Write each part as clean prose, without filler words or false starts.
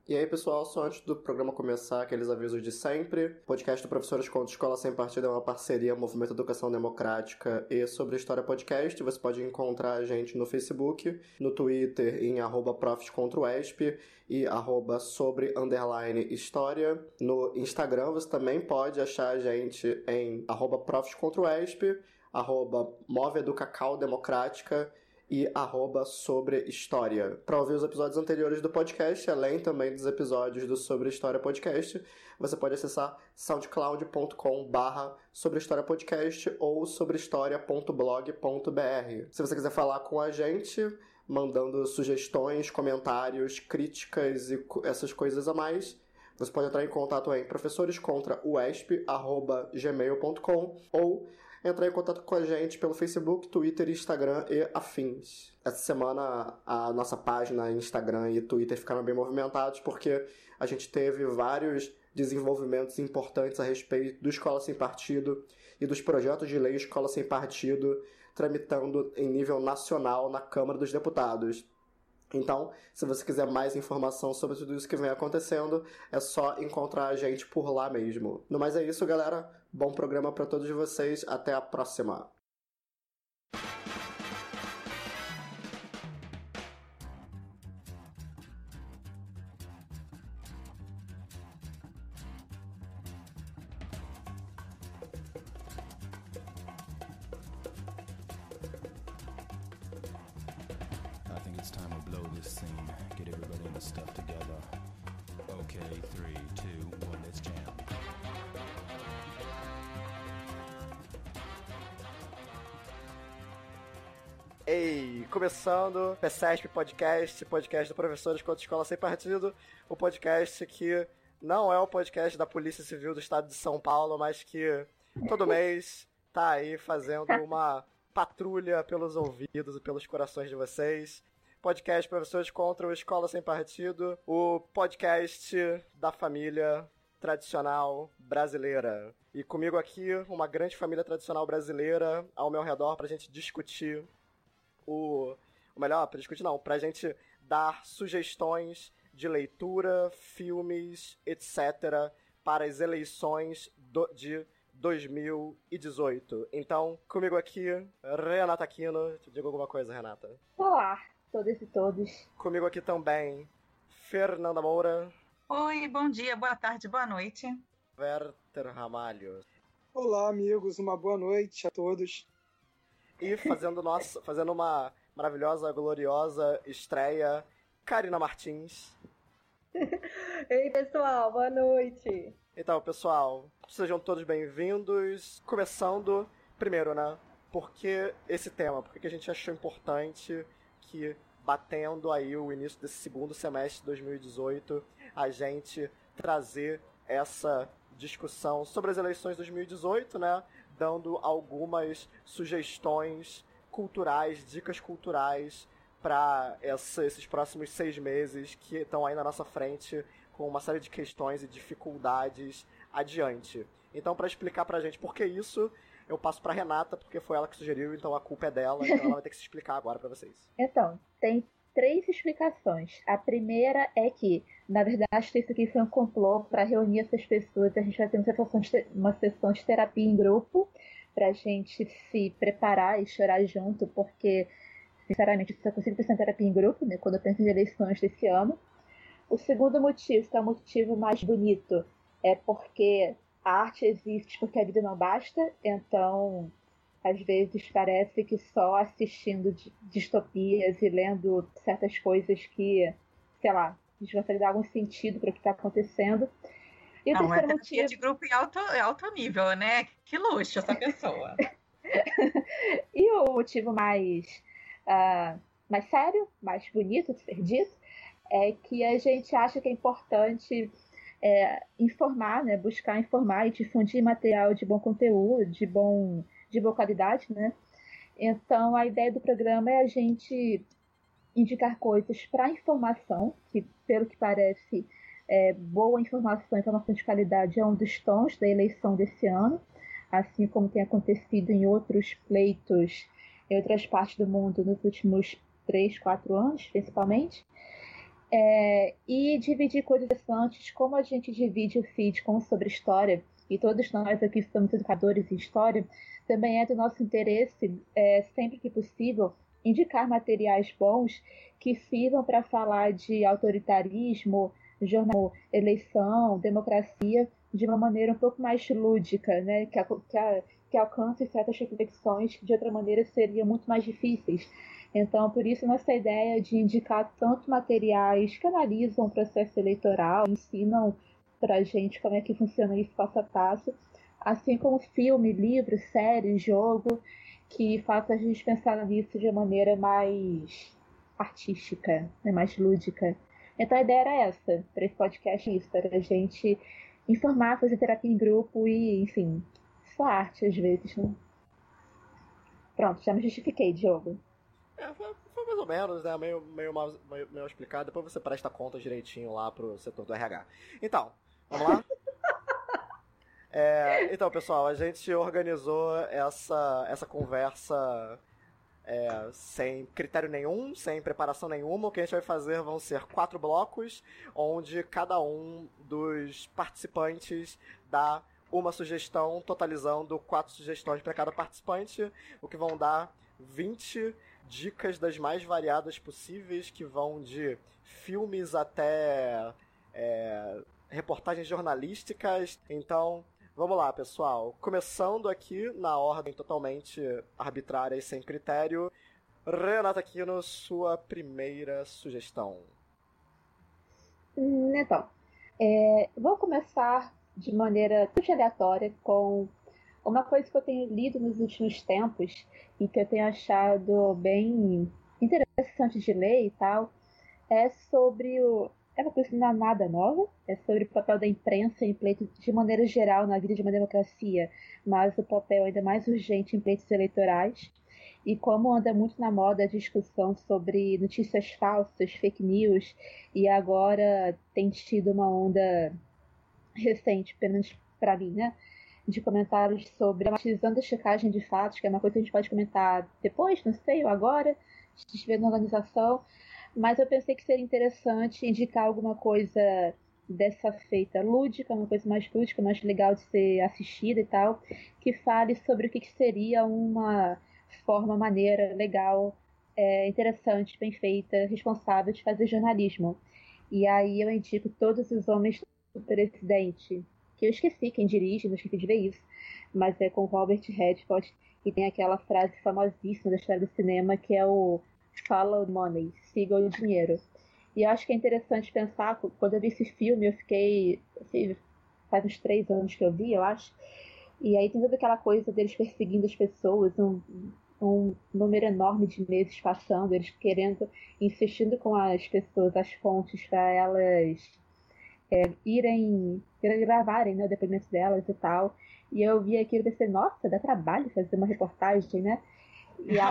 E aí, pessoal, só antes do programa começar, aqueles avisos de sempre. O podcast do Professores contra Escola Sem Partido é uma parceria Movimento Educação Democrática e Sobre História Podcast. Você pode encontrar a gente no Facebook, no Twitter em @profscontraoesp e @sobre_história. No Instagram você também pode achar a gente em @profscontraoesp, @moveeducacau democrática e @sobre história. Para ouvir os episódios anteriores do podcast, além também dos episódios do Sobre História Podcast, você pode acessar soundcloud.com/sobrehistoriapodcast ou sobrehistoria.blog.br. Se você quiser falar com a gente, mandando sugestões, comentários, críticas e essas coisas a mais, você pode entrar em contato em professorescontrauesp@gmail.com ou entrar em contato com a gente pelo Facebook, Twitter, Instagram e afins. Essa semana a nossa página, Instagram e Twitter ficaram bem movimentados porque a gente teve vários desenvolvimentos importantes a respeito do Escola Sem Partido e dos projetos de lei Escola Sem Partido tramitando em nível nacional na Câmara dos Deputados. Então, se você quiser mais informação sobre tudo isso que vem acontecendo, é só encontrar a gente por lá mesmo. No mais é isso, galera. Bom programa para todos vocês. Até a próxima. I think it's time we blow this scene. Get everybody in the stuff together. Okay, 3, 2, 1, let's jam. Ei, começando PSESP Podcast, podcast do Professores contra Escola Sem Partido, o podcast que não é o podcast da Polícia Civil do Estado de São Paulo, mas que todo mês tá aí fazendo uma patrulha pelos ouvidos e pelos corações de vocês. Podcast Professores contra o Escola Sem Partido, o podcast da família tradicional brasileira. E comigo aqui, uma grande família tradicional brasileira ao meu redor pra gente discutir pra gente dar sugestões de leitura, filmes, etc. para as eleições de 2018. Então, comigo aqui, Renata Aquino. Te digo alguma coisa, Renata? Olá, todas e todos. Comigo aqui também, Fernanda Moura. Oi, bom dia, boa tarde, boa noite. Werther Ramalho. Olá, amigos, uma boa noite a todos. E fazendo uma maravilhosa, gloriosa estreia, Karina Martins. Ei, pessoal, boa noite. Então, pessoal, sejam todos bem-vindos. Começando, primeiro, né? Por que esse tema? Por que a gente achou importante que, batendo aí o início desse segundo semestre de 2018, a gente trazer essa discussão sobre as eleições de 2018, né? Dando algumas sugestões culturais, dicas culturais para esses próximos 6 meses que estão aí na nossa frente com uma série de questões e dificuldades adiante. Então, para explicar pra gente por que isso, eu passo pra Renata, porque foi ela que sugeriu, então a culpa é dela, então ela vai ter que se explicar agora pra vocês. Então, tem 3 explicações. A primeira é que, na verdade, isso aqui foi um complô para reunir essas pessoas. A gente vai ter uma sessão de terapia em grupo pra gente se preparar e chorar junto, porque, sinceramente, eu só consigo pensar em terapia em grupo, né, quando eu penso em eleições desse ano. O segundo motivo, que é o motivo mais bonito, é porque a arte existe porque a vida não basta, então, às vezes parece que só assistindo distopias e lendo certas coisas que, sei lá, a gente gostaria de dar algum sentido para o que está acontecendo. E o terceiro motivo... de grupo em alto nível, né? Que luxo essa pessoa. E o motivo mais sério, mais bonito de ser dito, é que a gente acha que é importante informar, né, buscar informar e difundir material de bom conteúdo, de boa qualidade, né? Então, a ideia do programa é a gente indicar coisas para informação, que, pelo que parece, boa informação de qualidade é um dos tons da eleição desse ano, assim como tem acontecido em outros pleitos em outras partes do mundo nos últimos 3, 4 anos, principalmente. E dividir coisas interessantes, como a gente divide o feed com sobre história, e todos nós aqui somos educadores em história, também é do nosso interesse, sempre que possível, indicar materiais bons que sirvam para falar de autoritarismo, jornalismo, eleição, democracia, de uma maneira um pouco mais lúdica, né? Que alcance certas reflexões que de outra maneira seriam muito mais difíceis. Então, por isso, nossa ideia de indicar tanto materiais que analisam o processo eleitoral, ensinam para a gente como é que funciona isso passo a passo, assim como filme, livro, série, jogo, que faça a gente pensar nisso de uma maneira mais artística, né, mais lúdica. Então a ideia era essa, para esse podcast, isso, para a gente informar, fazer terapia em grupo e, enfim, só arte às vezes, né? Pronto, já me justifiquei, Diogo. Foi mais ou menos, né? Meio explicado. Depois você presta conta direitinho lá pro setor do RH. Então, vamos lá? Então, pessoal, a gente organizou essa conversa sem critério nenhum, sem preparação nenhuma. O que a gente vai fazer vão ser 4 blocos, onde cada um dos participantes dá uma sugestão, totalizando 4 sugestões para cada participante, o que vão dar 20 dicas das mais variadas possíveis, que vão de filmes até reportagens jornalísticas. Então, vamos lá, pessoal. Começando aqui na ordem totalmente arbitrária e sem critério. Renata Aquino, sua primeira sugestão. Então, vou começar de maneira muito aleatória com uma coisa que eu tenho lido nos últimos tempos e que eu tenho achado bem interessante de ler e tal, é sobre é uma coisa não é nada nova, é sobre o papel da imprensa em pleitos de maneira geral na vida de uma democracia, mas o papel ainda mais urgente em pleitos eleitorais, e como anda muito na moda a discussão sobre notícias falsas, fake news, e agora tem tido uma onda recente, pelo menos para mim, né, de comentários sobre dramatizando a checagem de fatos, que é uma coisa que a gente pode comentar depois, não sei, ou agora, se estiver na organização, mas eu pensei que seria interessante indicar alguma coisa dessa feita lúdica, uma coisa mais lúdica, mais legal de ser assistida e tal, que fale sobre o que seria uma forma, maneira, legal, interessante, bem feita, responsável de fazer jornalismo. E aí eu indico Todos os Homens do Presidente, que eu esqueci quem dirige, não esqueci de ver isso, mas é com Robert Redford, e tem aquela frase famosíssima da história do cinema, que é o Follow Money, siga o dinheiro. E eu acho que é interessante pensar, quando eu vi esse filme, eu fiquei, assim, faz uns 3 anos que eu vi, eu acho, e aí tem toda aquela coisa deles perseguindo as pessoas, um número enorme de meses passando, eles querendo, insistindo com as pessoas, as fontes, para elas irem gravarem, né, o depoimento delas e tal. E eu vi aquilo e pensei, nossa, dá trabalho fazer uma reportagem, né? E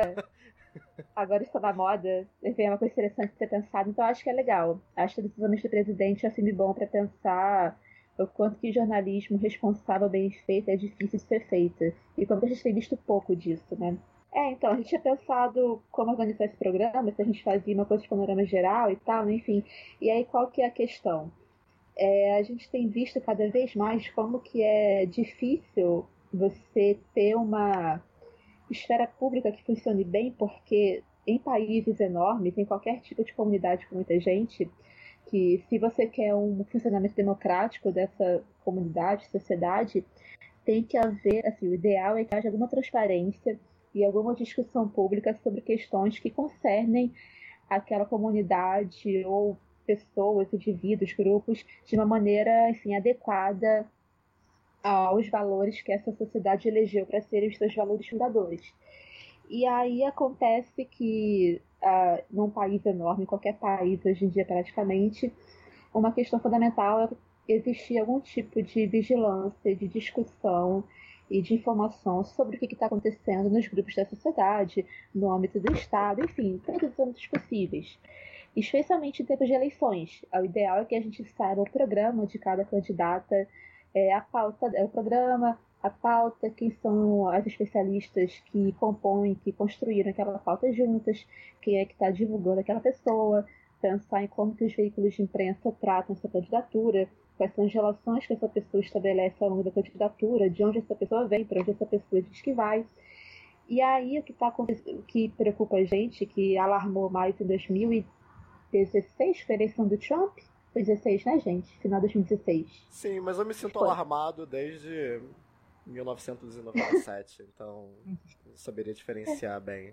agora está na moda, é uma coisa interessante de ser pensado, então acho que é legal. Acho que Decisões do Presidente é um filme bom para pensar o quanto que jornalismo responsável, bem feito, é difícil de ser feito. E como que a gente tem visto pouco disso, né? Então, a gente tinha pensado como organizar esse programa, se a gente fazia uma coisa de panorama geral e tal, enfim. E aí, qual que é a questão? A gente tem visto cada vez mais como que é difícil você ter uma esfera pública que funcione bem, porque em países enormes, em qualquer tipo de comunidade com muita gente, que se você quer um funcionamento democrático dessa comunidade, sociedade, tem que haver, assim, o ideal é que haja alguma transparência e alguma discussão pública sobre questões que concernem aquela comunidade ou pessoas, indivíduos, grupos, de uma maneira, enfim, adequada aos valores que essa sociedade elegeu para serem os seus valores fundadores. E aí acontece que, num país enorme, qualquer país hoje em dia praticamente, uma questão fundamental é existir algum tipo de vigilância, de discussão e de informação sobre o que está acontecendo nos grupos da sociedade, no âmbito do Estado, enfim, todos os âmbitos possíveis. Especialmente em tempos de eleições. O ideal é que a gente saiba o programa de cada candidata, a pauta, o programa, a pauta, quem são as especialistas que compõem, que construíram aquela pauta juntas, quem é que está divulgando aquela pessoa, pensar em como que os veículos de imprensa tratam essa candidatura, quais são as relações que essa pessoa estabelece ao longo da candidatura, de onde essa pessoa vem, para onde essa pessoa diz que vai. E aí o que preocupa a gente, que alarmou mais em 2016, foi a eleição do Trump. Foi 16, né, gente? Final de 2016. Sim, mas eu me sinto alarmado desde 1997, então eu saberia diferenciar bem.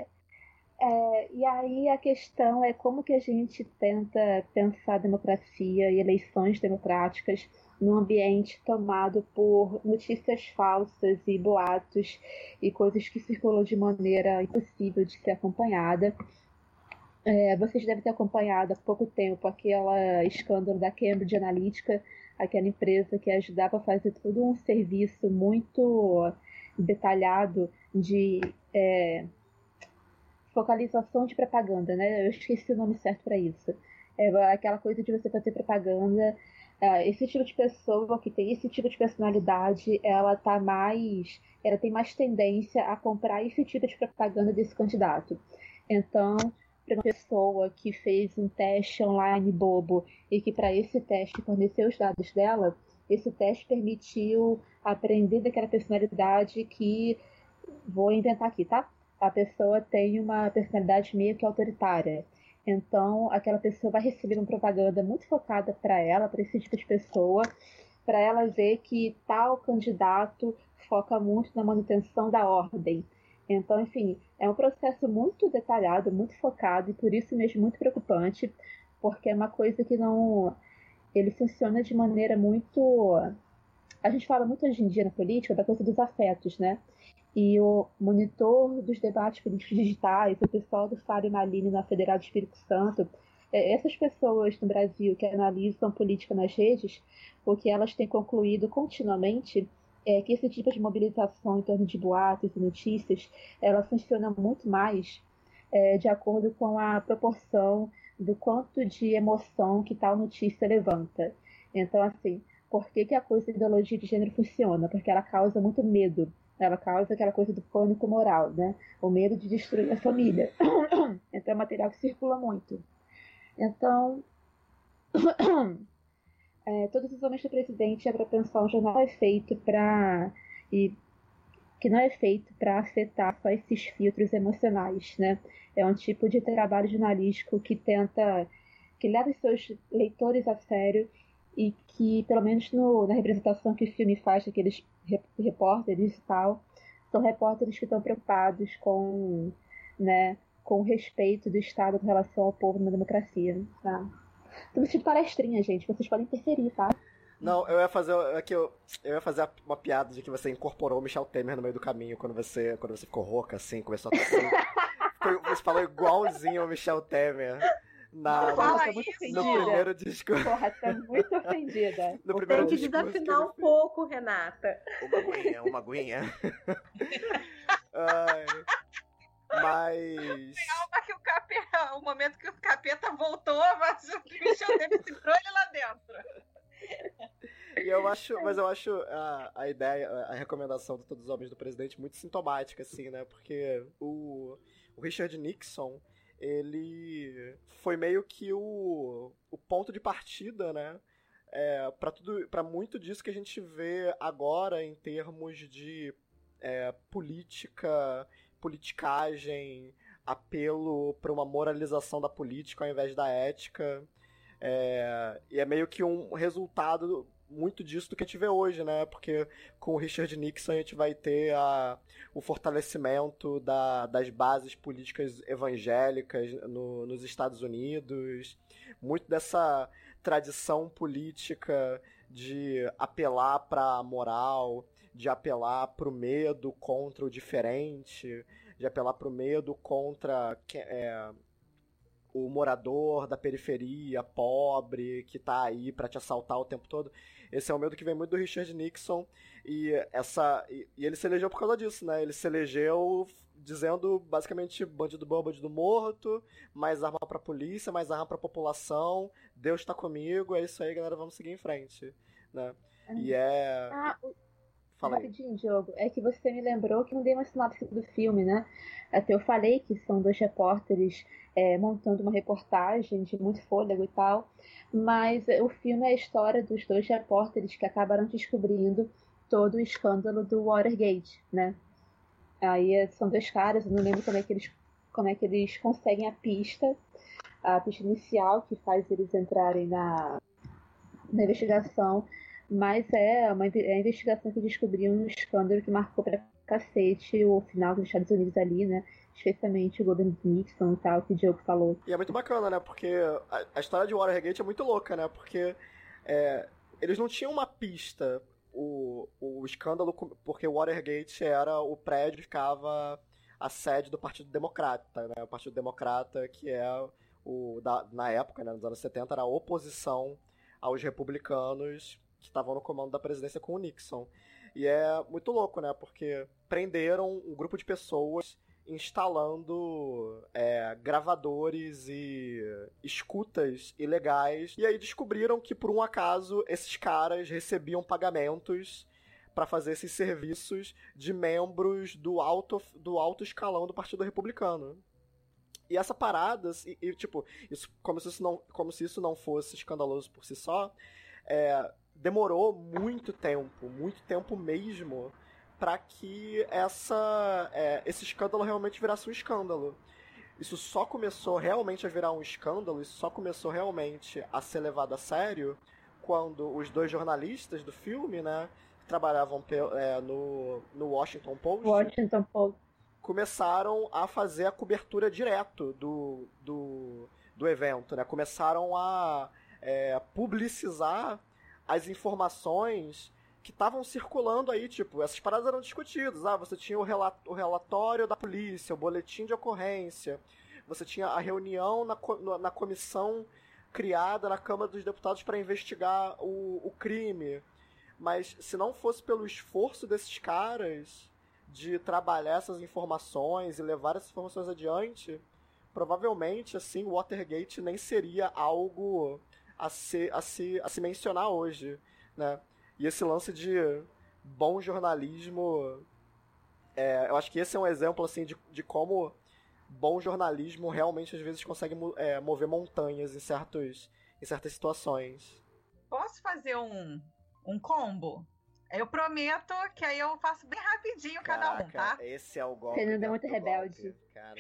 E aí a questão é como que a gente tenta pensar a democracia e eleições democráticas num ambiente tomado por notícias falsas e boatos e coisas que circulam de maneira impossível de ser acompanhada. Vocês devem ter acompanhado há pouco tempo aquele escândalo da Cambridge Analytica, aquela empresa que ajudava a fazer todo um serviço muito detalhado de focalização de propaganda, né? Eu esqueci o nome certo para isso. Aquela coisa de você fazer propaganda. Esse tipo de pessoa que tem esse tipo de personalidade, ela tem mais tendência a comprar esse tipo de propaganda desse candidato. Então, para uma pessoa que fez um teste online bobo e que para esse teste forneceu os dados dela, esse teste permitiu aprender daquela personalidade que, vou inventar aqui, tá? A pessoa tem uma personalidade meio que autoritária. Então, aquela pessoa vai receber uma propaganda muito focada para ela, para esse tipo de pessoa, para ela ver que tal candidato foca muito na manutenção da ordem. Então, enfim, é um processo muito detalhado, muito focado e por isso mesmo muito preocupante, porque é uma coisa que não... Ele funciona de maneira muito... A gente fala muito hoje em dia na política da coisa dos afetos, né? E o monitor dos debates políticos digitais, o pessoal do Fábio Malini na Federal do Espírito Santo, essas pessoas no Brasil que analisam política nas redes, o que elas têm concluído continuamente é que esse tipo de mobilização em torno de boatos e notícias, ela funciona muito mais de acordo com a proporção do quanto de emoção que tal notícia levanta. Então, assim, por que a coisa da ideologia de gênero funciona? Porque ela causa muito medo. Ela causa aquela coisa do pânico moral, né? O medo de destruir a família. Então é material que circula muito. Então, todos os homens do presidente é para pensar um jornal é feito para... que não é feito para afetar só esses filtros emocionais, né? É um tipo de trabalho jornalístico que leva os seus leitores a sério e que, pelo menos na representação que o filme faz daqueles repórteres e tal, são repórteres que estão preocupados com o respeito do Estado com relação ao povo na democracia, tá? Tô me sentindo palestrinha, gente, vocês podem interferir, tá? Não, eu ia fazer uma piada de que você incorporou o Michel Temer no meio do caminho quando você ficou rouca, assim, começou a tossir. Você falou igualzinho o Michel Temer. No primeiro discurso. Porra, tá muito ofendida. Tem que desafinar um pouco, Renata. Uma aguinha. Ai, mas... O momento que o capeta voltou, mas o Michel Temer segurou ele lá dentro. Eu acho a ideia, a recomendação de Todos os Homens do Presidente muito sintomática, assim, né? Porque o Richard Nixon, ele foi meio que o ponto de partida, né? Para muito disso que a gente vê agora em termos de politicagem, apelo para uma moralização da política ao invés da ética. E é meio que um resultado muito disso do que a gente vê hoje, né? Porque com o Richard Nixon a gente vai ter o fortalecimento das bases políticas evangélicas nos Estados Unidos, muito dessa tradição política de apelar para a moral, de apelar para o medo contra o diferente, de apelar para o medo contra o morador da periferia, pobre, que tá aí pra te assaltar o tempo todo. Esse é o medo que vem muito do Richard Nixon, e ele se elegeu por causa disso, né? Ele se elegeu dizendo, basicamente, bandido bom, bandido morto, mais arma pra polícia, mais arma pra população, Deus tá comigo, é isso aí, galera, vamos seguir em frente, né? Fala aí. Rapidinho, Diogo, é que você me lembrou que não dei uma sinopse do filme, né? Até eu falei que são dois repórteres montando uma reportagem de muito fôlego e tal, mas o filme é a história dos dois repórteres que acabaram descobrindo todo o escândalo do Watergate, né? Aí são dois caras, eu não lembro como é que eles conseguem a pista inicial que faz eles entrarem na investigação, mas é a investigação que descobriu um escândalo que marcou pra cacete o final dos Estados Unidos ali, né? Especialmente o governo Nixon e tal, que o Diogo falou. E é muito bacana, né? Porque a história de Watergate é muito louca, né? Porque eles não tinham uma pista. O escândalo, porque o Watergate era o prédio que ficava a sede do Partido Democrata, né? O Partido Democrata, que na época, né, nos anos 70, era a oposição aos republicanos que estavam no comando da presidência com o Nixon. E é muito louco, né? Porque prenderam um grupo de pessoas instalando gravadores e escutas ilegais. E aí descobriram que, por um acaso, esses caras recebiam pagamentos para fazer esses serviços de membros do alto escalão do Partido Republicano. E essa parada, tipo, isso, como se isso não fosse escandaloso por si só, demorou muito tempo mesmo, para que esse escândalo realmente virasse um escândalo. Isso só começou realmente a virar um escândalo, isso só começou realmente a ser levado a sério quando os dois jornalistas do filme, né, que trabalhavam no Washington Post, começaram a fazer a cobertura direto do evento, né? Começaram a publicizar as informações que estavam circulando aí, tipo, essas paradas eram discutidas. Você tinha o relatório da polícia, o boletim de ocorrência, você tinha a reunião na comissão criada na Câmara dos Deputados para investigar o crime. Mas se não fosse pelo esforço desses caras de trabalhar essas informações e levar essas informações adiante, provavelmente, assim, o Watergate nem seria algo a se mencionar hoje, né? E esse lance de bom jornalismo, eu acho que esse é um exemplo, assim, de como bom jornalismo realmente, às vezes, consegue mover montanhas em certas situações. Posso fazer um combo? Eu prometo que aí eu faço bem rapidinho cada um, tá? Esse é o golpe. Fernanda é muito rebelde. Cara,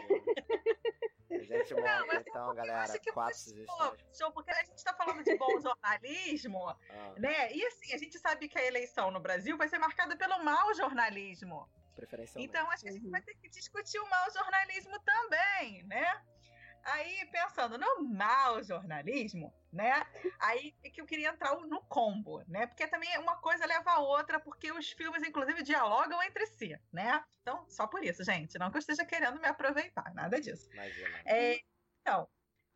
a gente monta, então, galera, 4 sugestões. Show, porque a gente tá falando de bom jornalismo, né? E assim, a gente sabe que a eleição no Brasil vai ser marcada pelo mau jornalismo. Preferencialmente. Então, acho que a gente vai ter que discutir o mau jornalismo também, né? Aí, pensando no mau jornalismo, né? Aí é que eu queria entrar no combo, né? Porque também uma coisa leva a outra, porque os filmes, inclusive, dialogam entre si, né? Então, só por isso, gente. Não que eu esteja querendo me aproveitar, nada disso. Imagina. Então,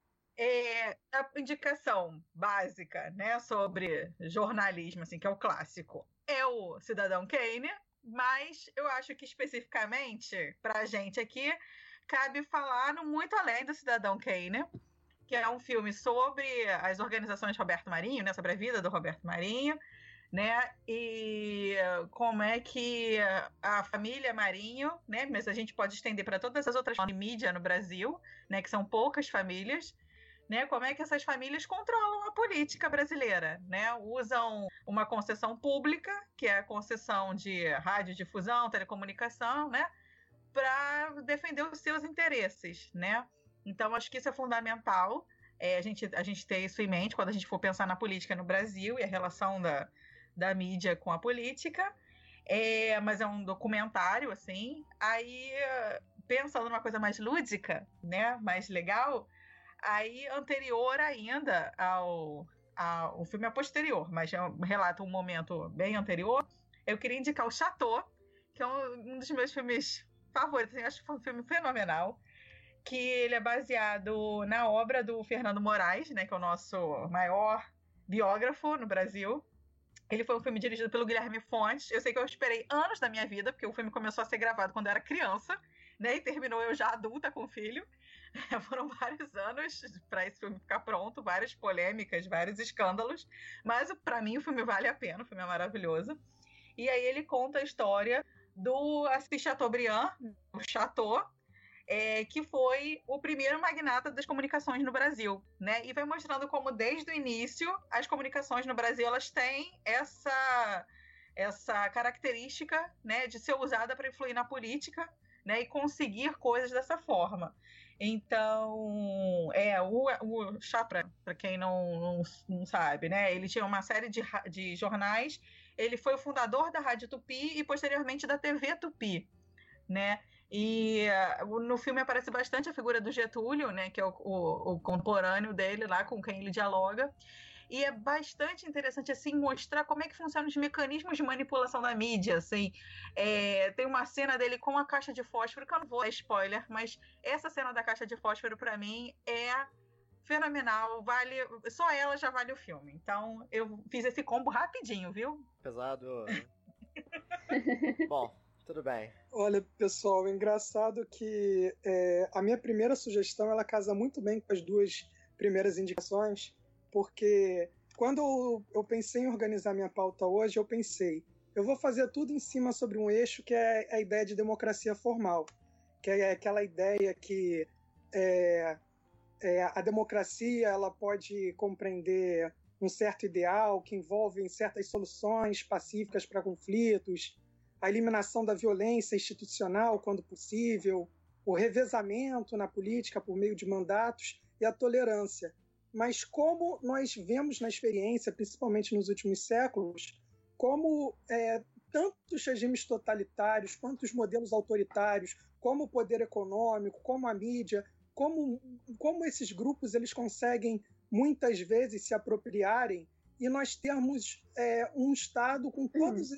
a indicação básica, né, sobre jornalismo, assim, que é o clássico, é o Cidadão Kane, mas eu acho que especificamente, pra gente aqui, cabe falar no Muito Além do Cidadão Kane, que é um filme sobre as organizações de Roberto Marinho, né, sobre a vida do Roberto Marinho, né, e como é que a família Marinho, né, mas a gente pode estender para todas as outras formas de mídia no Brasil, né, que são poucas famílias, né, como é que essas famílias controlam a política brasileira, né, usam uma concessão pública, que é a concessão de radiodifusão, telecomunicação, né, para defender os seus interesses, né? Então, acho que isso é fundamental, a gente ter isso em mente quando a gente for pensar na política no Brasil e a relação da mídia com a política. Mas é um documentário, assim. Aí, pensando numa coisa mais lúdica, né? Mais legal, aí anterior ainda o filme é posterior, mas relata um momento bem anterior. Eu queria indicar o Chateau, que é um dos meus filmes favoritos, eu acho que foi um filme fenomenal, que ele é baseado na obra do Fernando Moraes, né, que é o nosso maior biógrafo no Brasil. Ele foi um filme dirigido pelo Guilherme Fontes. Eu sei que eu esperei anos da minha vida, porque o filme começou a ser gravado quando eu era criança, né, e terminou eu já adulta com filho. Foram vários anos para esse filme ficar pronto, várias polêmicas, vários escândalos, mas para mim o filme vale a pena, o filme é maravilhoso. E aí ele conta a história do Assis Chateaubriand, o Chateau, que foi o primeiro magnata das comunicações no Brasil, né? E vai mostrando como desde o início as comunicações no Brasil elas têm essa característica, né, de ser usada para influir na política, né, e conseguir coisas dessa forma. Então, o Chapra, para quem não sabe, né, ele tinha uma série de jornais, ele foi o fundador da Rádio Tupi e posteriormente da TV Tupi, né? E no filme aparece bastante a figura do Getúlio, né, que é o contemporâneo dele lá, com quem ele dialoga. E é bastante interessante, assim, mostrar como é que funcionam os mecanismos de manipulação da mídia, assim. Tem uma cena dele com a caixa de fósforo, que eu não vou dar spoiler, mas essa cena da caixa de fósforo, para mim, é fenomenal. Só ela já vale o filme. Então, eu fiz esse combo rapidinho, viu? Pesado. Bom, tudo bem. Olha, pessoal, é engraçado que a minha primeira sugestão, ela casa muito bem com as duas primeiras indicações, porque quando eu pensei em organizar minha pauta hoje, eu vou fazer tudo em cima sobre um eixo que é a ideia de democracia formal, que é aquela ideia que a democracia ela pode compreender um certo ideal que envolve certas soluções pacíficas para conflitos, a eliminação da violência institucional quando possível, o revezamento na política por meio de mandatos e a tolerância. Mas como nós vemos na experiência, principalmente nos últimos séculos, como tantos regimes totalitários, quanto os modelos autoritários, como o poder econômico, como a mídia, como esses grupos eles conseguem muitas vezes se apropriarem e nós termos um Estado com todos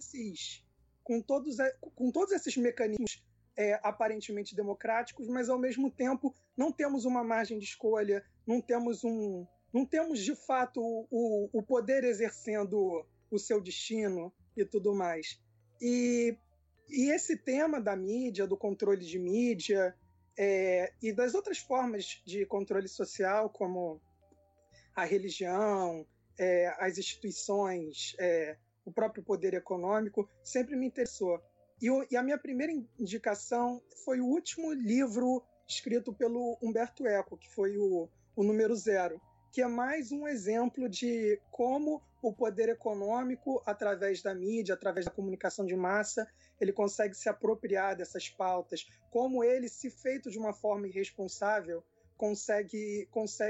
esses mecanismos aparentemente democráticos, mas ao mesmo tempo não temos uma margem de escolha, não temos de fato o poder exercendo o seu destino e tudo mais. E esse tema da mídia, do controle de mídia e das outras formas de controle social, como a religião, as instituições, o próprio poder econômico, sempre me interessou. E a minha primeira indicação foi o último livro escrito pelo Umberto Eco, que foi o Número Zero, que é mais um exemplo de como o poder econômico, através da mídia, através da comunicação de massa, ele consegue se apropriar dessas pautas, como ele, se feito de uma forma irresponsável, consegue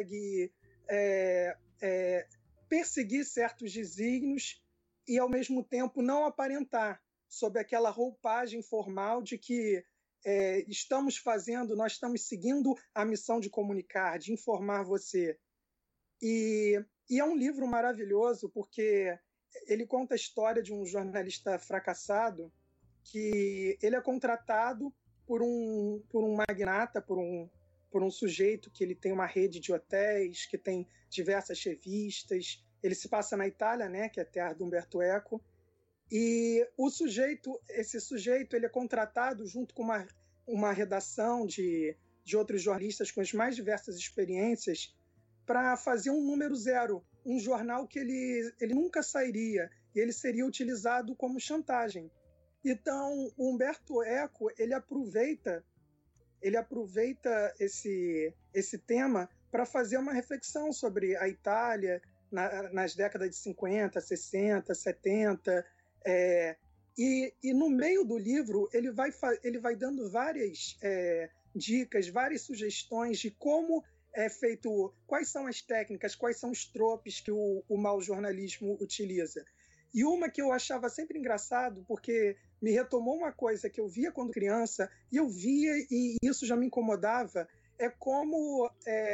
perseguir certos desígnios e, ao mesmo tempo, não aparentar sob aquela roupagem formal de que nós estamos seguindo a missão de comunicar, de informar você. E é um livro maravilhoso porque ele conta a história de um jornalista fracassado que ele é contratado por um magnata, por um sujeito que ele tem uma rede de hotéis, que tem diversas revistas. Ele se passa na Itália, né, que é a terra do Umberto Eco. E esse sujeito ele é contratado junto com uma redação de outros jornalistas com as mais diversas experiências para fazer um Número Zero, um jornal que ele nunca sairia, e ele seria utilizado como chantagem. Então, o Umberto Eco ele aproveita esse tema para fazer uma reflexão sobre a Itália nas décadas de 50, 60, 70, e no meio do livro ele vai dando várias dicas, várias sugestões de como é feito, quais são as técnicas, quais são os tropes que o mau jornalismo utiliza. E uma que eu achava sempre engraçado, porque me retomou uma coisa que eu via quando criança, e eu via e isso já me incomodava, é como,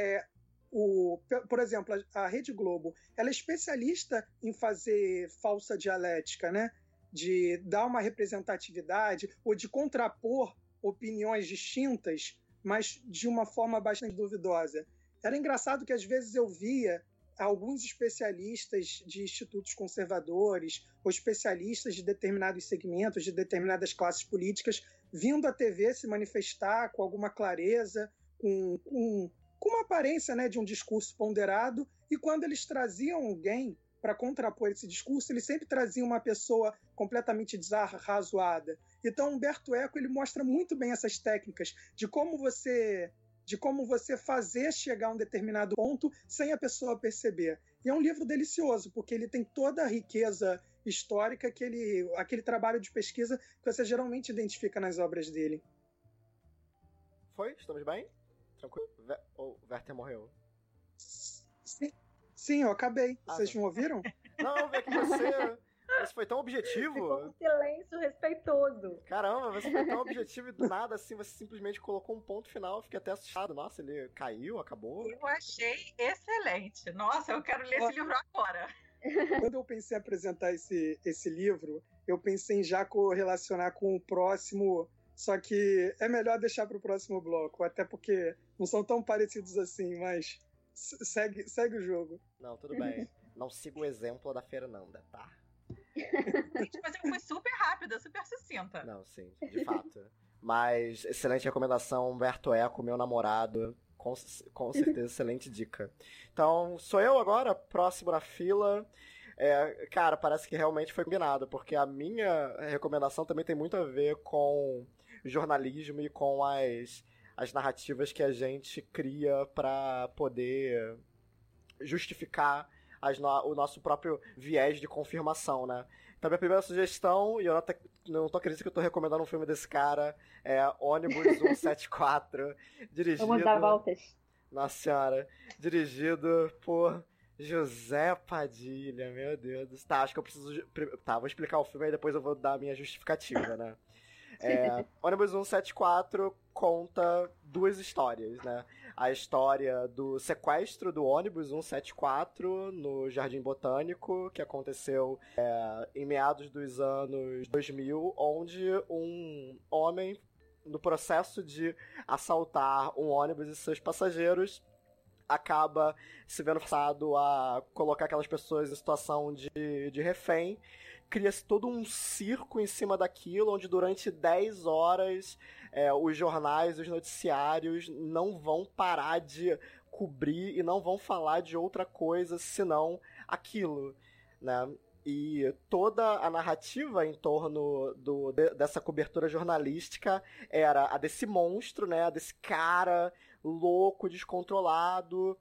por exemplo, a Rede Globo, ela é especialista em fazer falsa dialética, né? De dar uma representatividade ou de contrapor opiniões distintas, mas de uma forma bastante duvidosa. Era engraçado que às vezes eu via alguns especialistas de institutos conservadores ou especialistas de determinados segmentos, de determinadas classes políticas, vindo à TV se manifestar com alguma clareza, com uma aparência, né, de um discurso ponderado, e quando eles traziam alguém para contrapor esse discurso, ele sempre trazia uma pessoa completamente desarrazoada. Então, Humberto Eco ele mostra muito bem essas técnicas de como você fazer chegar a um determinado ponto sem a pessoa perceber. E é um livro delicioso, porque ele tem toda a riqueza histórica, aquele trabalho de pesquisa que você geralmente identifica nas obras dele. Foi? Estamos bem? Tranquilo? O Werther morreu? Sim, eu acabei. Vocês não ouviram? Não, é que você foi tão objetivo. Ficou um silêncio respeitoso. Caramba, você foi tão objetivo e do nada, assim, você simplesmente colocou um ponto final. Eu fiquei até assustado. Nossa, ele caiu, acabou. Eu achei excelente. Nossa, eu quero ler esse livro agora. Quando eu pensei em apresentar esse livro, eu pensei em já correlacionar com o próximo, só que é melhor deixar para o próximo bloco, até porque não são tão parecidos assim, mas segue o jogo. Não, tudo bem. Não siga o exemplo da Fernanda, tá? Gente, mas eu fui super rápida, super sucinta. Não, sim, de fato. Mas excelente recomendação, Humberto Eco, meu namorado. Com certeza, excelente dica. Então, sou eu agora, próximo na fila. Cara, parece que realmente foi combinado, porque a minha recomendação também tem muito a ver com jornalismo e com as narrativas que a gente cria para poder justificar o nosso próprio viés de confirmação, né? Então, minha primeira sugestão, e eu não tô acreditando que eu tô recomendando um filme desse cara, é Ônibus 174, dirigido... Vamos dar voltas. Nossa senhora, dirigido por José Padilha, meu Deus. Tá, acho que eu preciso... Tá, vou explicar o filme e depois eu vou dar a minha justificativa, né? Ônibus 174 conta duas histórias, né? A história do sequestro do ônibus 174 no Jardim Botânico, que aconteceu em meados dos anos 2000, onde um homem, no processo de assaltar um ônibus e seus passageiros, acaba se vendo forçado a colocar aquelas pessoas em situação de refém. Cria-se todo um circo em cima daquilo, onde durante 10 horas os jornais, os noticiários não vão parar de cobrir e não vão falar de outra coisa senão aquilo, né? E toda a narrativa em torno dessa cobertura jornalística era a desse monstro, né? A desse cara louco, descontrolado,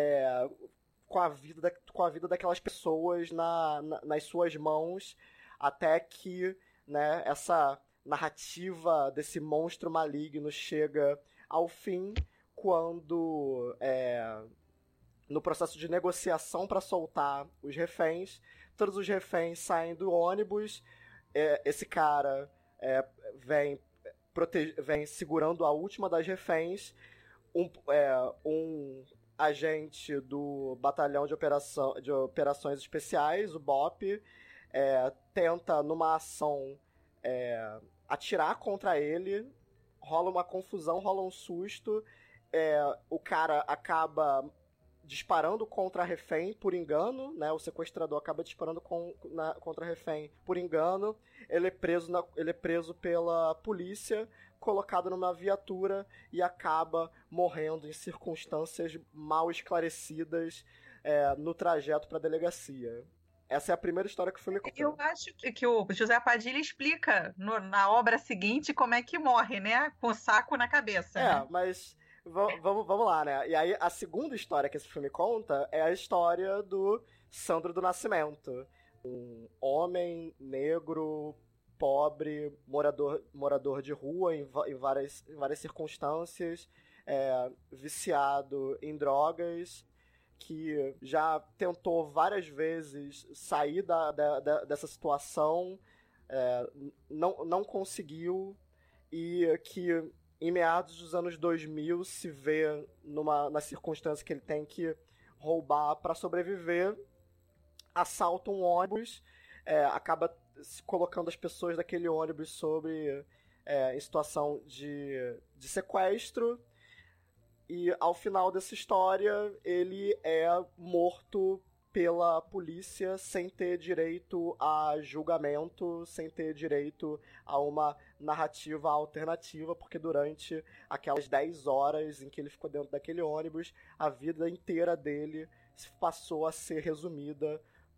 com a vida daquelas pessoas nas suas mãos, até que, né, essa narrativa desse monstro maligno chega ao fim, quando, no processo de negociação para soltar os reféns, todos os reféns saem do ônibus, esse cara vem segurando a última das reféns, um agente do Batalhão de Operações Especiais, o BOP, tenta, numa ação, atirar contra ele, rola uma confusão, rola um susto, o cara acaba disparando contra a refém por engano, né? O sequestrador acaba disparando contra a refém por engano, ele é preso pela polícia, colocado numa viatura e acaba morrendo em circunstâncias mal esclarecidas no trajeto para a delegacia. Essa é a primeira história que o filme conta. Eu acho que o José Padilha explica na obra seguinte como é que morre, né? Com o saco na cabeça. Né? Mas vamos lá, né? E aí a segunda história que esse filme conta é a história do Sandro do Nascimento. Um homem negro, pobre, morador de rua em várias circunstâncias, viciado em drogas, que já tentou várias vezes sair dessa situação, não conseguiu, e que em meados dos anos 2000 se vê na circunstância que ele tem que roubar para sobreviver, assalta um ônibus, acaba colocando as pessoas daquele ônibus em situação de sequestro, e ao final dessa história ele é morto pela polícia sem ter direito a julgamento, sem ter direito a uma narrativa alternativa, porque durante aquelas 10 horas em que ele ficou dentro daquele ônibus, a vida inteira dele passou a ser resumida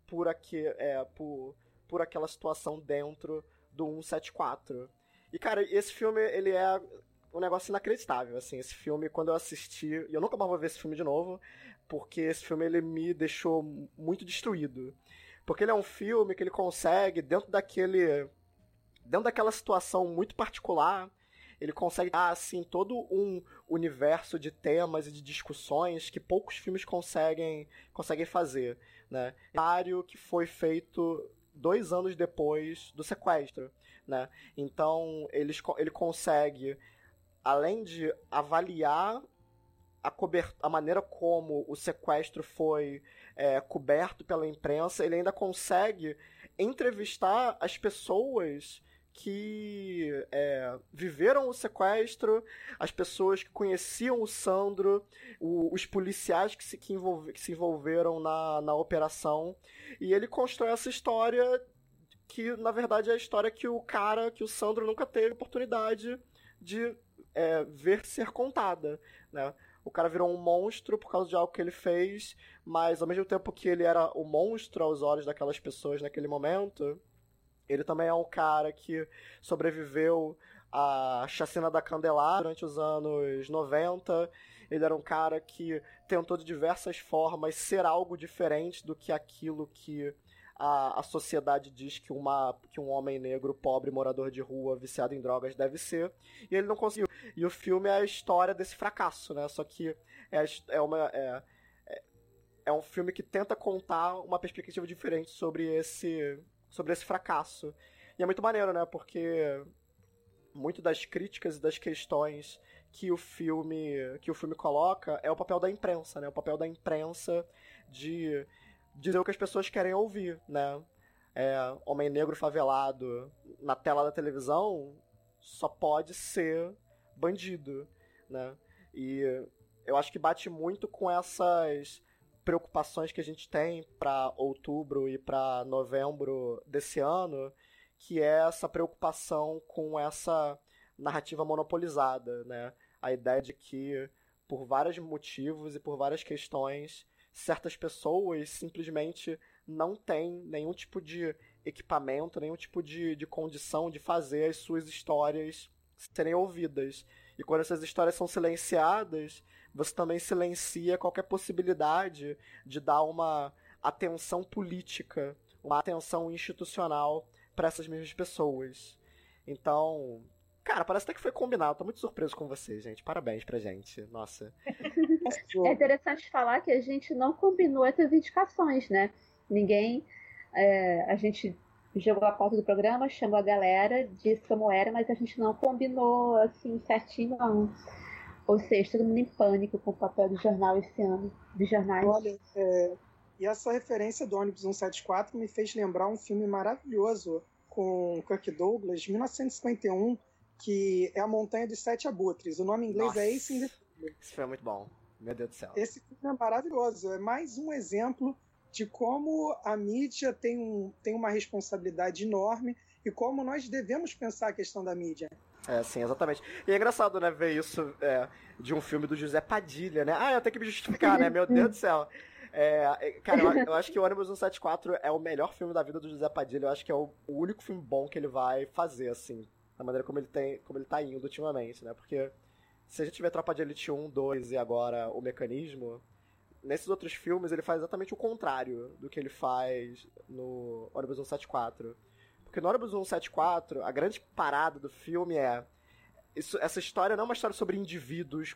por aquela situação dentro do 174. E, cara, esse filme, ele é um negócio inacreditável, assim. Esse filme, quando eu assisti... E eu nunca mais vou ver esse filme de novo, porque esse filme, ele me deixou muito destruído. Porque ele é um filme que ele consegue, dentro daquela situação muito particular, ele consegue dar, assim, todo um universo de temas e de discussões que poucos filmes conseguem fazer, né? Que foi feito 2 anos depois do sequestro, né? Então, ele consegue, além de avaliar a maneira como o sequestro foi coberto pela imprensa, ele ainda consegue entrevistar as pessoas que viveram o sequestro, as pessoas que conheciam o Sandro, os policiais que se envolveram na operação, e ele constrói essa história que, na verdade, é a história que o Sandro nunca teve oportunidade de ver ser contada, né? O cara virou um monstro por causa de algo que ele fez, mas ao mesmo tempo que ele era o monstro aos olhos daquelas pessoas naquele momento, ele também é um cara que sobreviveu à chacina da Candelária durante os anos 90. Ele era um cara que tentou de diversas formas ser algo diferente do que aquilo que a sociedade diz que um homem negro, pobre, morador de rua, viciado em drogas deve ser, e ele não conseguiu. E o filme é a história desse fracasso, né? Só que é um filme que tenta contar uma perspectiva diferente sobre esse fracasso. E é muito maneiro, né? Porque muito das críticas e das questões que o filme coloca é o papel da imprensa, né? O papel da imprensa de dizer o que as pessoas querem ouvir, né? Homem negro favelado na tela da televisão só pode ser bandido, né? E eu acho que bate muito com essas preocupações que a gente tem para outubro e para novembro desse ano, que é essa preocupação com essa narrativa monopolizada, né? A ideia de que, por vários motivos e por várias questões, certas pessoas simplesmente não têm nenhum tipo de equipamento, nenhum tipo de condição de fazer as suas histórias serem ouvidas. E quando essas histórias são silenciadas, você também silencia qualquer possibilidade de dar uma atenção política, uma atenção institucional para essas mesmas pessoas. Então, cara, parece até que foi combinado. Tô muito surpreso com vocês, gente. Parabéns pra gente. Nossa. É interessante falar que a gente não combinou essas indicações, né? Ninguém... a gente jogou a pauta do programa, chamou a galera, disse como era, mas a gente não combinou, assim, certinho, não. Ou seja, todo mundo em pânico com o papel do jornal esse ano, dos jornais. Olha, e essa referência do ônibus 174 me fez lembrar um filme maravilhoso com Kirk Douglas, de 1951, que é A Montanha dos Sete Abutres. O nome em inglês é Ace in the Field. Esse filme é muito bom. Meu Deus do céu. Esse filme é maravilhoso. É mais um exemplo de como a mídia tem uma responsabilidade enorme e como nós devemos pensar a questão da mídia. Sim, exatamente. E é engraçado, né, ver isso de um filme do José Padilha, né? Eu tenho que me justificar, né? Meu Deus do céu. Cara, eu acho que o Ônibus 174 é o melhor filme da vida do José Padilha. Eu acho que é o único filme bom que ele vai fazer, assim, da maneira como ele tá indo ultimamente, né? Porque se a gente tiver Tropa de Elite 1, 2 e agora O Mecanismo, nesses outros filmes ele faz exatamente o contrário do que ele faz no Ônibus 174. Porque no Ônibus 174, a grande parada do filme essa história não é uma história sobre indivíduos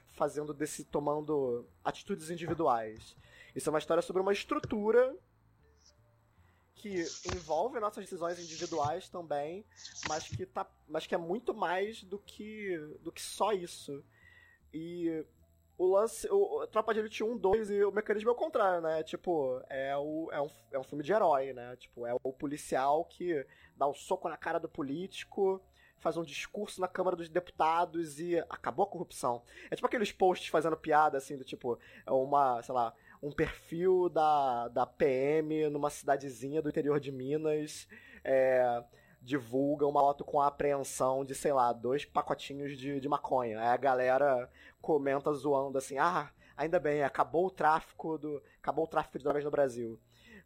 tomando atitudes individuais. Isso é uma história sobre uma estrutura que envolve nossas decisões individuais também, mas que é muito mais do que só isso. E o Tropa de Elite 1, 2 e o Mecanismo é o contrário, né? Tipo, é um filme de herói, né? Tipo, é o policial que dá um soco na cara do político, faz um discurso na Câmara dos Deputados e acabou a corrupção. É tipo aqueles posts fazendo piada, assim, do tipo, um perfil da PM numa cidadezinha do interior de Minas, divulga uma foto com a apreensão de, 2 pacotinhos de maconha. Aí a galera comenta zoando assim, ainda bem, acabou o tráfico de drogas no Brasil.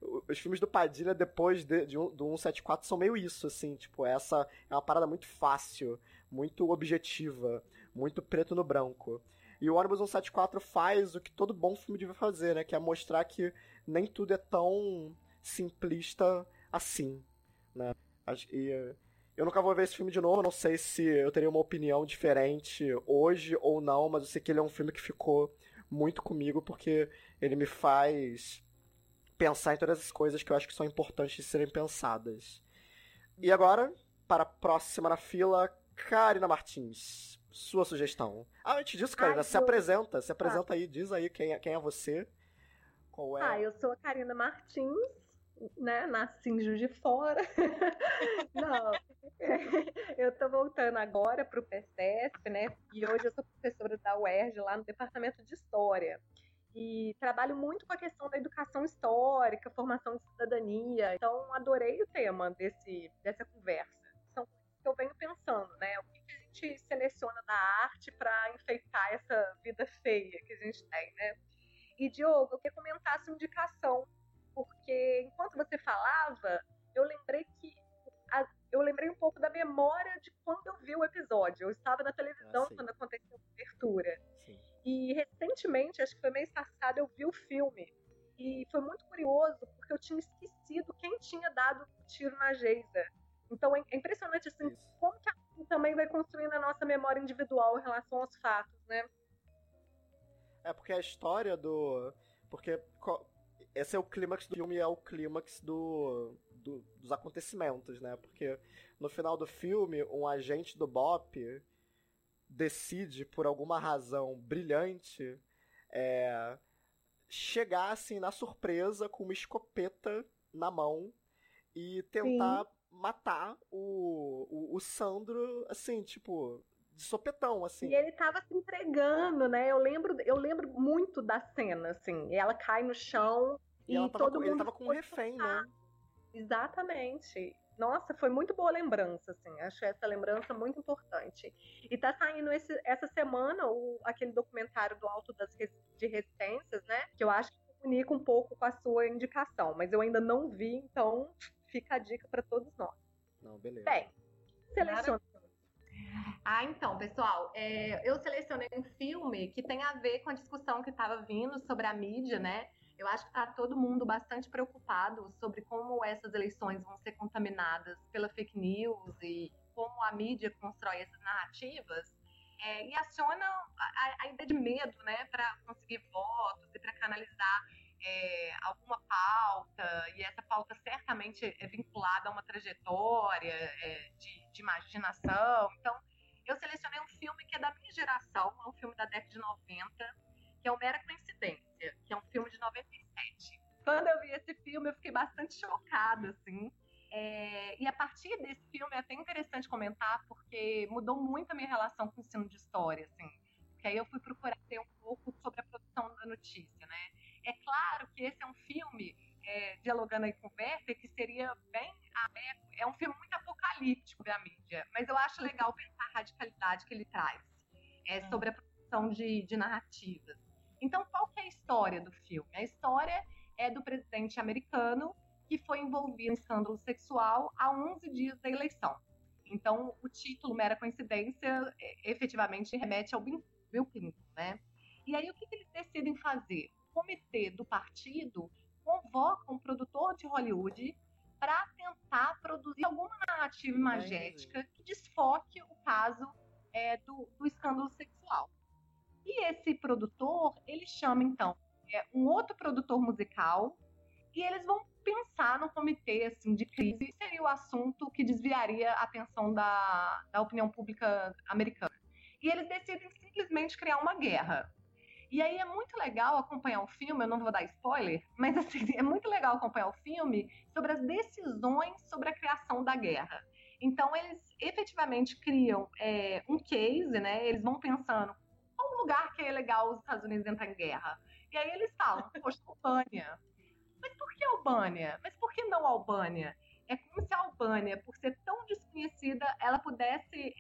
os filmes do Padilha depois do 174 são meio isso, assim, tipo, essa é uma parada muito fácil, muito objetiva, muito preto no branco. E o Ônibus 174 faz o que todo bom filme devia fazer, né? Que é mostrar que nem tudo é tão simplista assim, né? E eu nunca vou ver esse filme de novo, não sei se eu teria uma opinião diferente hoje ou não, mas eu sei que ele é um filme que ficou muito comigo porque ele me faz pensar em todas as coisas que eu acho que são importantes de serem pensadas. E agora, para a próxima na fila, Karina Martins. Sua sugestão. Antes disso, Karina, se apresenta aí, diz aí quem é você. Qual é? Eu sou a Karina Martins, né? Nasci em Juiz de Fora. Não, eu tô voltando agora pro PCESP, né? E hoje eu sou professora da UERJ lá no Departamento de História. E trabalho muito com a questão da educação histórica, formação de cidadania. Então, adorei o tema dessa conversa. São coisas que eu venho pensando, né? O que a gente seleciona da arte para enfeitar essa vida feia que a gente tem, né? E, Diogo, eu queria comentar a sua indicação, porque enquanto você falava, eu lembrei um pouco da memória de quando eu vi o episódio. Eu estava na televisão quando aconteceu a abertura. Sim. E recentemente, acho que foi mês passado, eu vi o filme. E foi muito curioso, porque eu tinha esquecido quem tinha dado o tiro na Geisa. Então é impressionante assim, como que a gente também vai construindo a nossa memória individual em relação aos fatos, né? É porque a história do... Porque esse é o clímax do filme, é o clímax dos acontecimentos, né? Porque no final do filme, um agente do BOPE decide, por alguma razão brilhante, chegar assim na surpresa com uma escopeta na mão e tentar matar o Sandro, assim, tipo, de sopetão, assim. E ele tava se entregando, né? Eu lembro muito da cena, assim. E ela cai no chão e todo mundo... Ele tava com um refém, né? Exatamente. Nossa, foi muito boa lembrança, assim. Acho essa lembrança muito importante. E tá saindo essa semana aquele documentário do Alto de Resistências, né? Que eu acho que comunica um pouco com a sua indicação. Mas eu ainda não vi, então fica a dica para todos nós. Não, beleza. Bem, selecionando. Então, pessoal, eu selecionei um filme que tem a ver com a discussão que estava vindo sobre a mídia, né? Eu acho que está todo mundo bastante preocupado sobre como essas eleições vão ser contaminadas pela fake news e como a mídia constrói essas narrativas e aciona a ideia de medo, né, para conseguir votos e para canalizar alguma pauta, e essa pauta certamente é vinculada a uma trajetória de imaginação. Então, eu selecionei um filme que é da minha geração, é um filme da década de 90, que é o Mera Coincidência, que é um filme de 97. Quando eu vi esse filme, eu fiquei bastante chocada, assim. E a partir desse filme é até interessante comentar, porque mudou muito a minha relação com o ensino de história, assim. Porque aí eu fui procurar ter um pouco sobre a produção da notícia, né? É claro que esse é um filme, dialogando aí com o Werther, que seria bem... É um filme muito apocalíptico da mídia, mas eu acho legal pensar a radicalidade que ele traz sobre a produção de narrativas. Então, qual que é a história do filme? A história é do presidente americano que foi envolvido em escândalo sexual há 11 dias da eleição. Então, o título, Mera Coincidência, efetivamente remete ao Bill Clinton, né? E aí, o que eles decidem fazer? O comitê do partido convoca um produtor de Hollywood para tentar produzir alguma narrativa imagética que desfoque o caso do escândalo sexual. E esse produtor, ele chama, então, um outro produtor musical, e eles vão pensar no comitê assim, de crise, que seria o assunto que desviaria a atenção da opinião pública americana. E eles decidem simplesmente criar uma guerra. E aí é muito legal acompanhar o filme, eu não vou dar spoiler, mas assim, é muito legal acompanhar o filme sobre as decisões sobre a criação da guerra. Então, eles efetivamente criam um case, né? Eles vão pensando qual lugar que é legal os Estados Unidos entrar em guerra. E aí eles falam, poxa, Albânia. Mas por que Albânia? Mas por que não Albânia? É como se a Albânia, por ser tão desconhecida, ela pudesse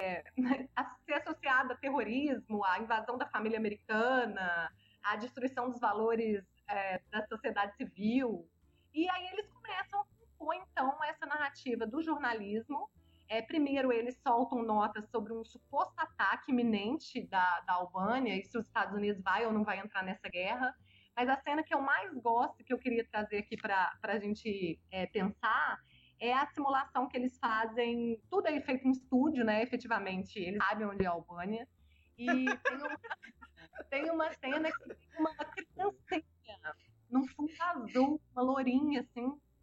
ser associada a terrorismo, à invasão da família americana, à destruição dos valores da sociedade civil. E aí eles começam a compor, então, essa narrativa do jornalismo. Primeiro, eles soltam notas sobre um suposto ataque iminente da Albânia e se os Estados Unidos vai ou não vai entrar nessa guerra. Mas a cena que eu mais gosto, que eu queria trazer aqui para a gente pensar, é a simulação que eles fazem. Tudo é feito em estúdio, né? Efetivamente, eles sabem onde é a Albânia. E tem uma cena que tem uma criancinha num fundo azul, uma lourinha, assim,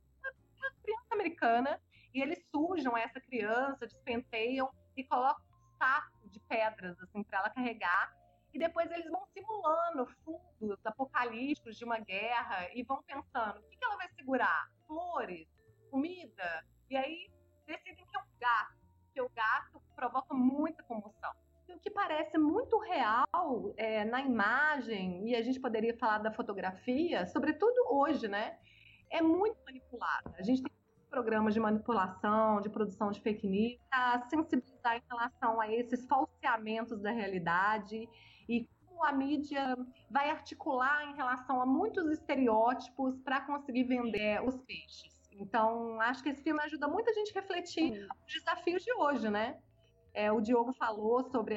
uma criança americana, e eles sujam essa criança, despenteiam e colocam um saco de pedras, assim, para ela carregar, e depois eles vão simulando fundos apocalípticos de uma guerra e vão pensando, o que ela vai segurar? Flores? Comida? E aí decidem que é um gato, porque o gato provoca muita comoção. O que parece muito real na imagem, e a gente poderia falar da fotografia, sobretudo hoje, né? É muito manipulada. A gente tem programas de manipulação, de produção de fake news, a sensibilizar em relação a esses falseamentos da realidade e como a mídia vai articular em relação a muitos estereótipos para conseguir vender os peixes. Então, acho que esse filme ajuda muito a gente a refletir os desafios de hoje, né? O Diogo falou sobre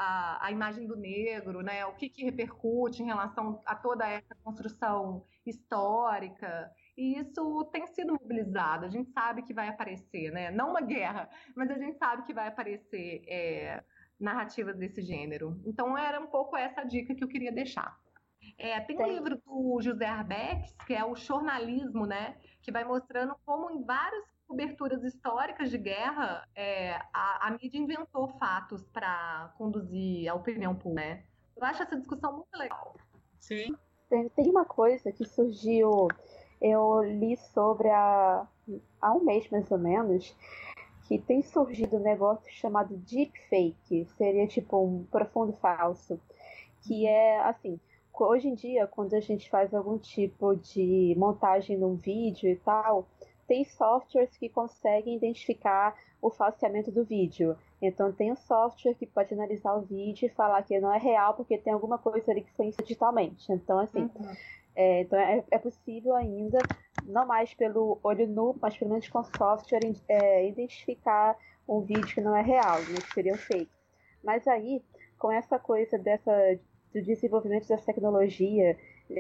a imagem do negro, né? O que repercute em relação a toda essa construção histórica. E isso tem sido mobilizado. A gente sabe que vai aparecer, né? Não uma guerra, mas a gente sabe que vai aparecer narrativas desse gênero. Então, era um pouco essa dica que eu queria deixar. Tem um livro do José Arbex, que é o Jornalismo, né? Que vai mostrando como em várias coberturas históricas de guerra, a mídia inventou fatos para conduzir a opinião pública, né? Eu acho essa discussão muito legal. Sim. Tem uma coisa que surgiu, eu li sobre há um mês mais ou menos, que tem surgido um negócio chamado deepfake, seria tipo um profundo falso, que é assim, hoje em dia, quando a gente faz algum tipo de montagem num vídeo e tal, tem softwares que conseguem identificar o falseamento do vídeo. Então tem um software que pode analisar o vídeo e falar que não é real porque tem alguma coisa ali que foi inserida digitalmente. Então, assim, então é possível ainda, não mais pelo olho nu, mas pelo menos com software, identificar um vídeo que não é real, né, que seria um fake. Mas aí, com essa coisa do desenvolvimento dessa tecnologia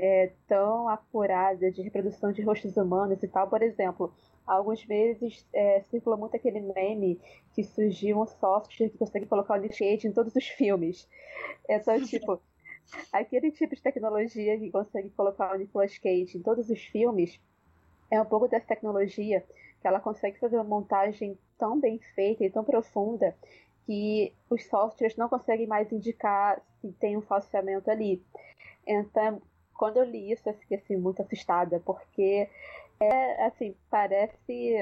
tão apurada de reprodução de rostos humanos e tal, por exemplo, há alguns meses circula muito aquele meme que surgiu um software que consegue colocar o Nicolas Cage em todos os filmes. Então, tipo, aquele tipo de tecnologia que consegue colocar o Nicolas Cage em todos os filmes é um pouco dessa tecnologia que ela consegue fazer uma montagem tão bem feita e tão profunda que os softwares não conseguem mais indicar se tem um falseamento ali. Então, quando eu li isso, eu fiquei assim, muito assustada, porque assim, parece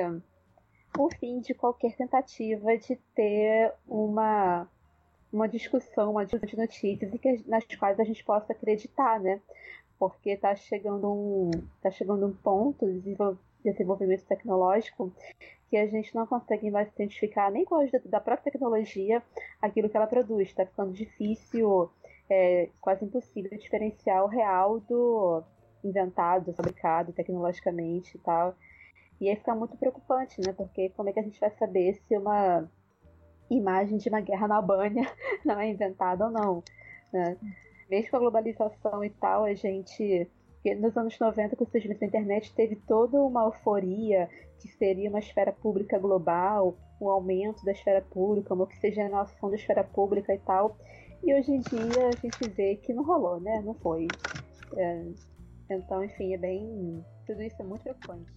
o fim de qualquer tentativa de ter uma discussão de notícias nas quais a gente possa acreditar, né? Porque está chegando um ponto de desenvolvimento tecnológico que a gente não consegue mais identificar nem com a ajuda da própria tecnologia aquilo que ela produz. Está ficando difícil, quase impossível diferenciar o real do inventado, fabricado tecnologicamente e tal. E aí fica muito preocupante, né? Porque como é que a gente vai saber se uma imagem de uma guerra na Albânia não é inventada ou não, né? Mesmo com a globalização e tal, a gente... Nos anos 90, com o surgimento da internet, teve toda uma euforia que seria uma esfera pública global, um aumento da esfera pública, uma oxigenação da esfera pública e tal. E hoje em dia a gente vê que não rolou, né? Não foi. Então, enfim, tudo isso é muito preocupante.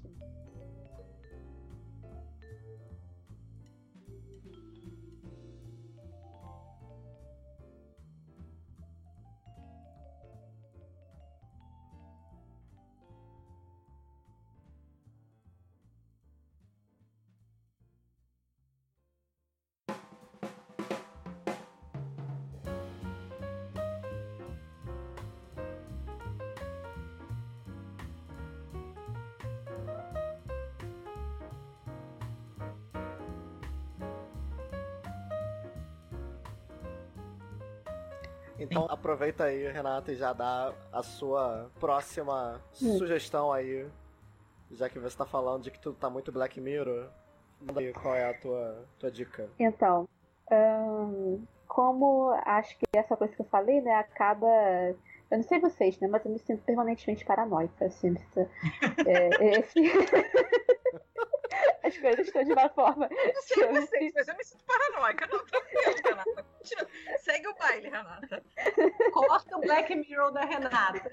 Então aproveita aí, Renata, e já dá a sua próxima sugestão aí Já que você tá falando de que tu tá muito Black Mirror, manda aí qual é a tua dica. Então, como acho que essa coisa que eu falei, né, acaba... Eu não sei vocês, né, mas eu me sinto permanentemente paranoica, assim. As coisas estão de uma forma... Não sei vocês, mas eu me sinto paranoica. Não, tranquilo, Renata. Segue o baile, Renata. Corta o Black Mirror da Renata.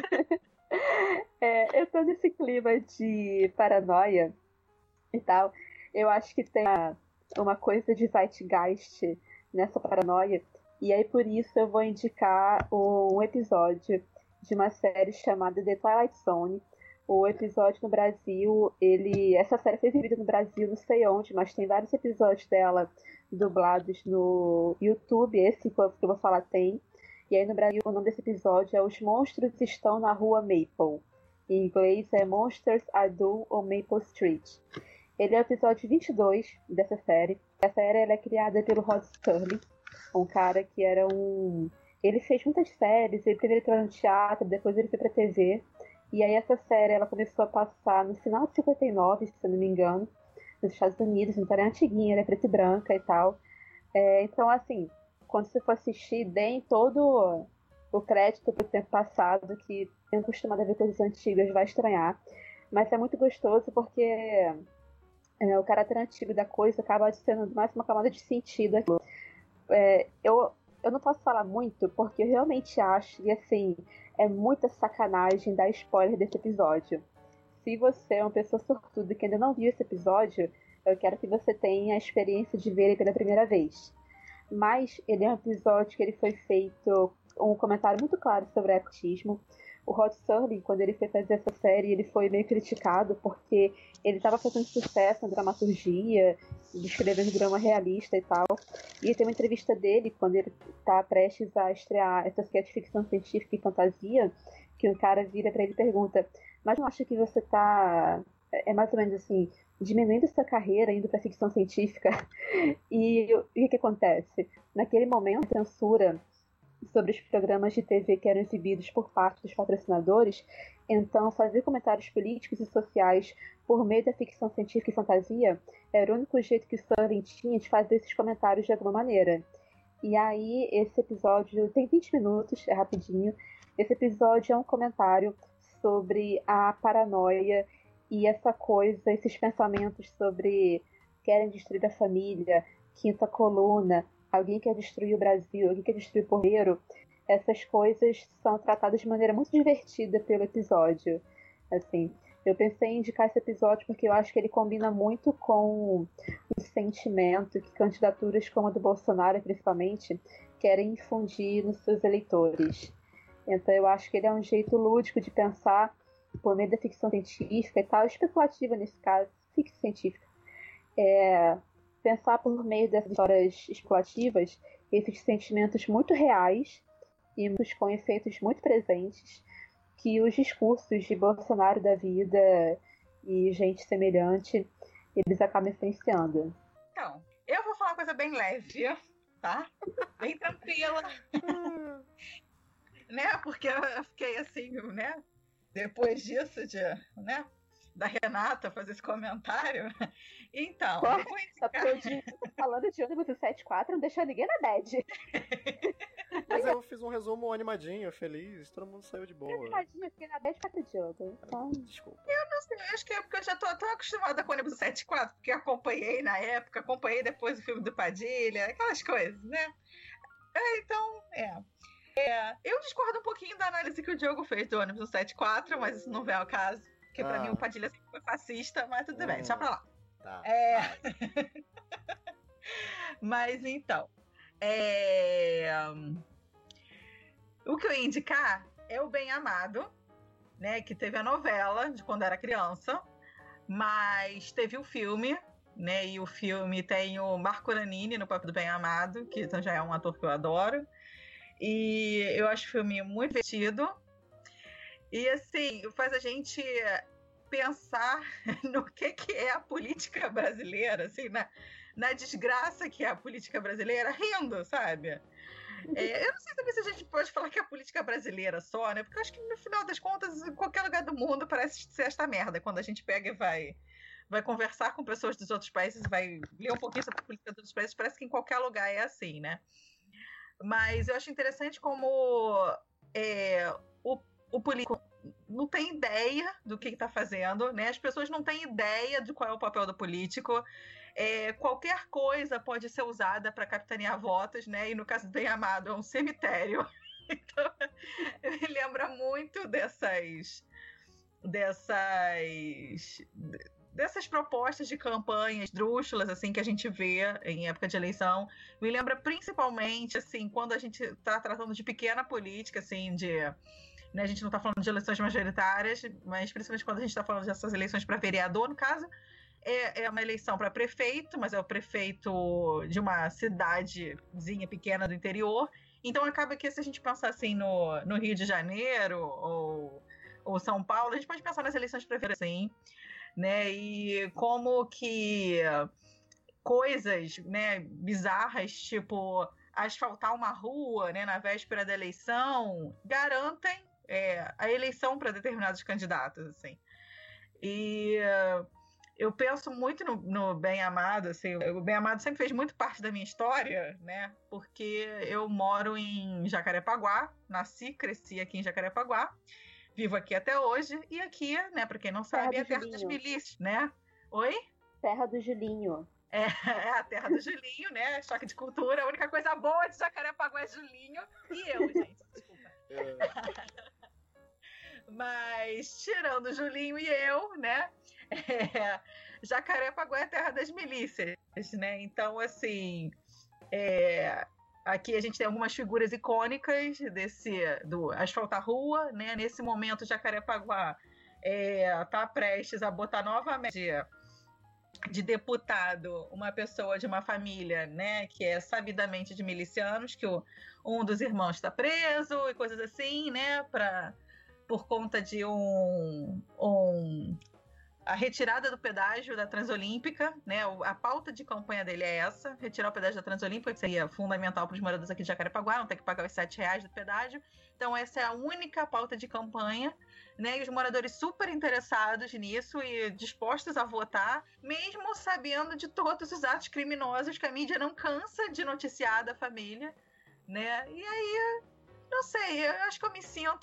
Eu tô nesse clima de paranoia e tal. Eu acho que tem uma coisa de zeitgeist nessa paranoia. E aí, por isso, eu vou indicar um episódio de uma série chamada The Twilight Zone. O episódio no Brasil, essa série foi exibida no Brasil, não sei onde, mas tem vários episódios dela dublados no YouTube. Esse que eu vou falar tem. E aí, no Brasil, o nome desse episódio é Os Monstros Estão na Rua Maple. Em inglês é Monsters Are Due on Maple Street. Ele é o episódio 22 dessa série. A série ela é criada pelo Rod Serling, um cara que era Ele fez muitas séries, ele primeiro entrou no teatro, depois ele foi pra TV. E aí essa série ela começou a passar no final de 59, se eu não me engano, nos Estados Unidos, então ela é antiguinha, ela é preta e branca e tal. Então, assim, quando você for assistir, deem todo o crédito pro tempo passado, que quem é acostumado a ver coisas antigas vai estranhar. Mas é muito gostoso porque o caráter antigo da coisa acaba adicionando mais uma camada de sentido aqui. Eu não posso falar muito, porque eu realmente acho que, assim, é muita sacanagem dar spoiler desse episódio. Se você é uma pessoa sortuda que ainda não viu esse episódio, eu quero que você tenha a experiência de ver ele pela primeira vez. Mas ele é um episódio que ele foi feito um comentário muito claro sobre ecletismo. O Rod Serling, quando ele foi fazer essa série, ele foi meio criticado porque ele estava fazendo sucesso na dramaturgia, escrevendo drama realista e tal. E tem uma entrevista dele, quando ele está prestes a estrear essa série de ficção científica e fantasia, que um cara vira para ele e pergunta: mas não acha que você está, mais ou menos assim, diminuindo sua carreira, indo para ficção científica? E o que acontece? Naquele momento, a censura sobre os programas de TV que eram exibidos por parte dos patrocinadores, então fazer comentários políticos e sociais por meio da ficção científica e fantasia era o único jeito que o Serling tinha de fazer esses comentários de alguma maneira. E aí esse episódio tem 20 minutos, é rapidinho. Esse episódio é um comentário sobre a paranoia e essa coisa, esses pensamentos sobre querem destruir a família, quinta coluna, alguém quer destruir o Brasil, alguém quer destruir o Porreiro. Essas coisas são tratadas de maneira muito divertida pelo episódio. Assim, eu pensei em indicar esse episódio porque eu acho que ele combina muito com o sentimento que candidaturas como a do Bolsonaro, principalmente, querem infundir nos seus eleitores. Então eu acho que ele é um jeito lúdico de pensar por meio da ficção científica e tal, especulativa nesse caso, ficção científica. Pensar por meio dessas histórias especulativas esses sentimentos muito reais e com efeitos muito presentes que os discursos de Bolsonaro da vida e gente semelhante, eles acabam influenciando. Então, eu vou falar uma coisa bem leve, tá? Bem tranquila. Né? Porque eu fiquei assim, né? Depois disso, né? Da Renata fazer esse comentário. Então, falando de ônibus 74, não deixou ninguém na bad. Mas eu fiz um resumo animadinho, feliz, todo mundo saiu de boa. Animadinho, eu fiquei na bad para o Diogo. Então... Desculpa. Eu não sei, eu acho que é porque eu já tô tão acostumada com o ônibus 74, porque acompanhei na época, acompanhei depois o filme do Padilha, aquelas coisas, né? Então, eu discordo um pouquinho da análise que o Diogo fez do ônibus 74, mas isso não vem ao caso. Porque pra mim o Padilha sempre foi fascista, mas tudo bem, deixa pra lá. Tá. Mas então, o que eu ia indicar é o Bem Amado, né? Que teve a novela de quando era criança, mas teve o filme, né? E o filme tem o Marco Nanini no papel do Bem Amado, que então já é um ator que eu adoro. E eu acho o filme muito divertido. E assim, faz a gente pensar no que é a política brasileira, assim, na desgraça que é a política brasileira, rindo, sabe? Eu não sei também se a gente pode falar que é a política brasileira só, né? Porque eu acho que no final das contas, em qualquer lugar do mundo parece ser esta merda. Quando a gente pega e vai conversar com pessoas dos outros países, vai ler um pouquinho sobre a política dos outros países, parece que em qualquer lugar é assim, né? Mas eu acho interessante como o político não tem ideia do que está fazendo, né? As pessoas não têm ideia de qual é o papel do político. Qualquer coisa pode ser usada para capitanear votos, né? E no caso do Bem Amado, é um cemitério. Então, me lembra muito dessas propostas de campanhas esdrúxulas, assim, que a gente vê em época de eleição. Me lembra principalmente, assim, quando a gente está tratando de pequena política, assim, né, a gente não está falando de eleições majoritárias, mas principalmente quando a gente está falando dessas eleições para vereador, no caso, é uma eleição para prefeito, mas é o prefeito de uma cidadezinha pequena do interior. Então acaba que, se a gente pensar assim no Rio de Janeiro ou São Paulo, a gente pode pensar nas eleições para vereador, assim, né? E como que coisas, né, bizarras, tipo asfaltar uma rua, né, na véspera da eleição, garantem a eleição para determinados candidatos, assim. E eu penso muito no Bem Amado, assim, o Bem Amado sempre fez muito parte da minha história, né, porque eu moro em Jacarepaguá, nasci, cresci aqui em Jacarepaguá, vivo aqui até hoje, e aqui, né, para quem não sabe, é a terra das milícias, né? Oi? Terra do Julinho. É a terra do Julinho, né? Choque de cultura. A única coisa boa de Jacarepaguá é Julinho e eu, gente. Desculpa. Mas, tirando o Julinho e eu, né? Jacarepaguá é a terra das milícias, né? Então, assim, aqui a gente tem algumas figuras icônicas do asfaltar rua, né? Nesse momento, Jacarepaguá está prestes a botar novamente de deputado uma pessoa de uma família, né, que é sabidamente de milicianos, que um dos irmãos está preso e coisas assim, né, por conta de a retirada do pedágio da Transolímpica, né? A pauta de campanha dele é essa, retirar o pedágio da Transolímpica, que seria fundamental para os moradores aqui de Jacarepaguá, não ter que pagar os R$7 do pedágio. Então essa é a única pauta de campanha, né? E os moradores super interessados nisso e dispostos a votar, mesmo sabendo de todos os atos criminosos que a mídia não cansa de noticiar da família, né? E aí, não sei, eu acho que eu me sinto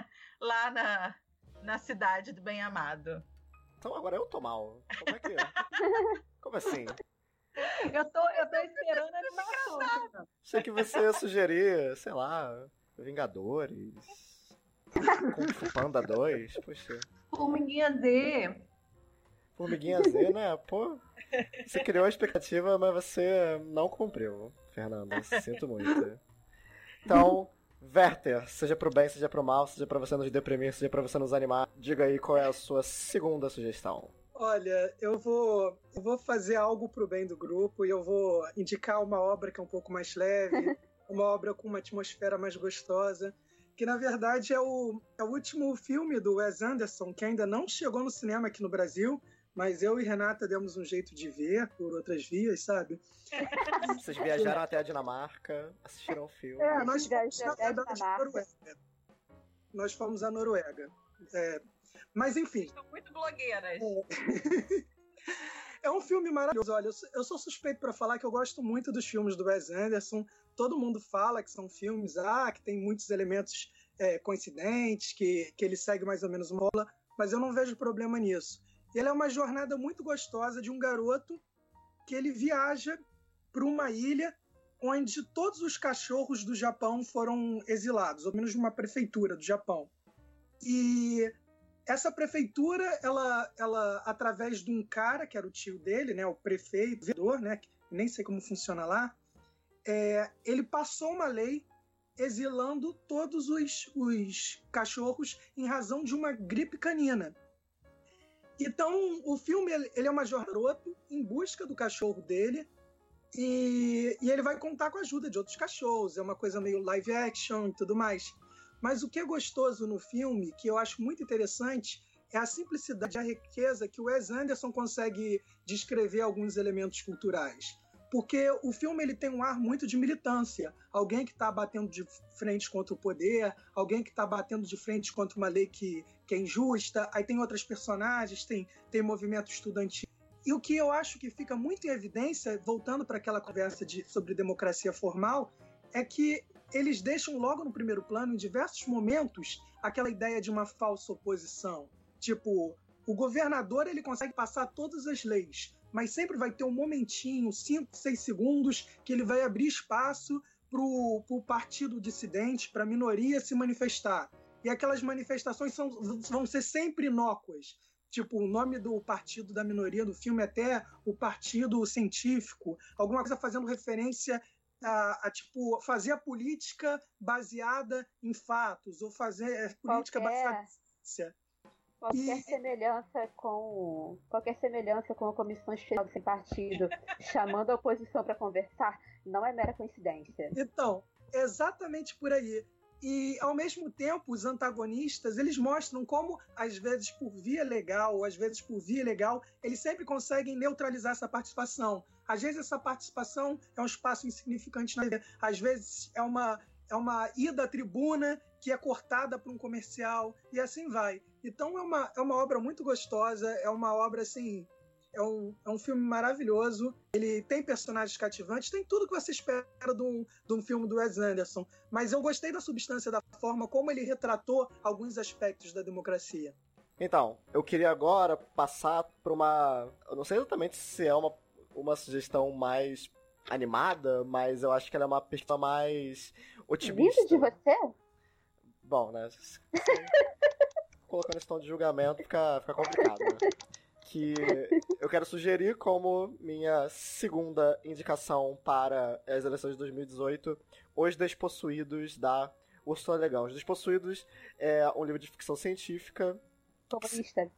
lá na cidade do Bem Amado. Então agora eu tô mal. Como é que Como assim? Eu tô esperando a animação. Achei que você ia sugerir, sei lá, Vingadores, Kung Fu Panda 2, poxa. Formiguinha Z. Formiguinha Z, né? Pô, você criou a expectativa, mas você não cumpriu, Fernanda. Sinto muito. Então, Werther, seja pro bem, seja pro mal, seja pra você nos deprimir, seja pra você nos animar, diga aí qual é a sua segunda sugestão. Olha, eu vou fazer algo pro bem do grupo e eu vou indicar uma obra que é um pouco mais leve, uma obra com uma atmosfera mais gostosa, que na verdade é o último filme do Wes Anderson, que ainda não chegou no cinema aqui no Brasil, mas eu e Renata demos um jeito de ver por outras vias, sabe? Vocês viajaram até a Dinamarca, assistiram o filme. Nós fomos na Noruega. Nós fomos à Noruega. Mas enfim. São muito blogueiras. É um filme maravilhoso. Olha, eu sou suspeito para falar que eu gosto muito dos filmes do Wes Anderson. Todo mundo fala que são filmes que tem muitos elementos coincidentes, que ele segue mais ou menos uma rola, mas eu não vejo problema nisso. Ele é uma jornada muito gostosa de um garoto que ele viaja para uma ilha onde todos os cachorros do Japão foram exilados, ou menos de uma prefeitura do Japão. E essa prefeitura, ela através de um cara, que era o tio dele, né, o prefeito, o vereador, né, nem sei como funciona lá, ele passou uma lei exilando todos os cachorros em razão de uma gripe canina. Então, o filme ele é uma jornada em busca do cachorro dele e ele vai contar com a ajuda de outros cachorros. É uma coisa meio live action e tudo mais. Mas o que é gostoso no filme, que eu acho muito interessante, é a simplicidade e a riqueza que o Wes Anderson consegue descrever alguns elementos culturais. porque o filme ele tem um ar muito de militância. Alguém que está batendo de frente contra o poder, alguém que está batendo de frente contra uma lei que é injusta, aí tem outras personagens, tem movimento estudantil. E o que eu acho que fica muito em evidência, voltando para aquela conversa sobre democracia formal, é que eles deixam logo no primeiro plano, em diversos momentos, aquela ideia de uma falsa oposição. Tipo, o governador ele consegue passar todas as leis, mas sempre vai ter um momentinho, 5, 6 segundos, que ele vai abrir espaço para o partido dissidente, para a minoria se manifestar. E aquelas manifestações vão ser sempre inócuas. Tipo, o nome do partido da minoria do filme é até o partido científico, alguma coisa fazendo referência a tipo, fazer a política baseada em fatos, ou fazer política baseada em ciência. Qualquer semelhança com a comissão especial desse partido chamando a oposição para conversar não é mera coincidência. Então, exatamente por aí. E, ao mesmo tempo, os antagonistas, eles mostram como, às vezes por via legal, às vezes por via ilegal, eles sempre conseguem neutralizar essa participação. Às vezes essa participação é um espaço insignificante na vida, às vezes é uma ida à tribuna que é cortada por um comercial, e assim vai. Então é uma obra muito gostosa, é uma obra assim... É um filme maravilhoso, ele tem personagens cativantes, tem tudo que você espera de um filme do Wes Anderson, mas eu gostei da substância, da forma como ele retratou alguns aspectos da democracia. Então, eu queria agora passar para uma... Eu não sei exatamente se é uma sugestão mais animada, mas eu acho que ela é uma perspectiva mais otimista. Vindo de você? Bom, né? Colocando esse tom de julgamento fica complicado, né? Que eu quero sugerir como minha segunda indicação para as eleições de 2018, Os Despossuídos, da Ursula Le Guin. Os Despossuídos é um livro de ficção científica. Comunista.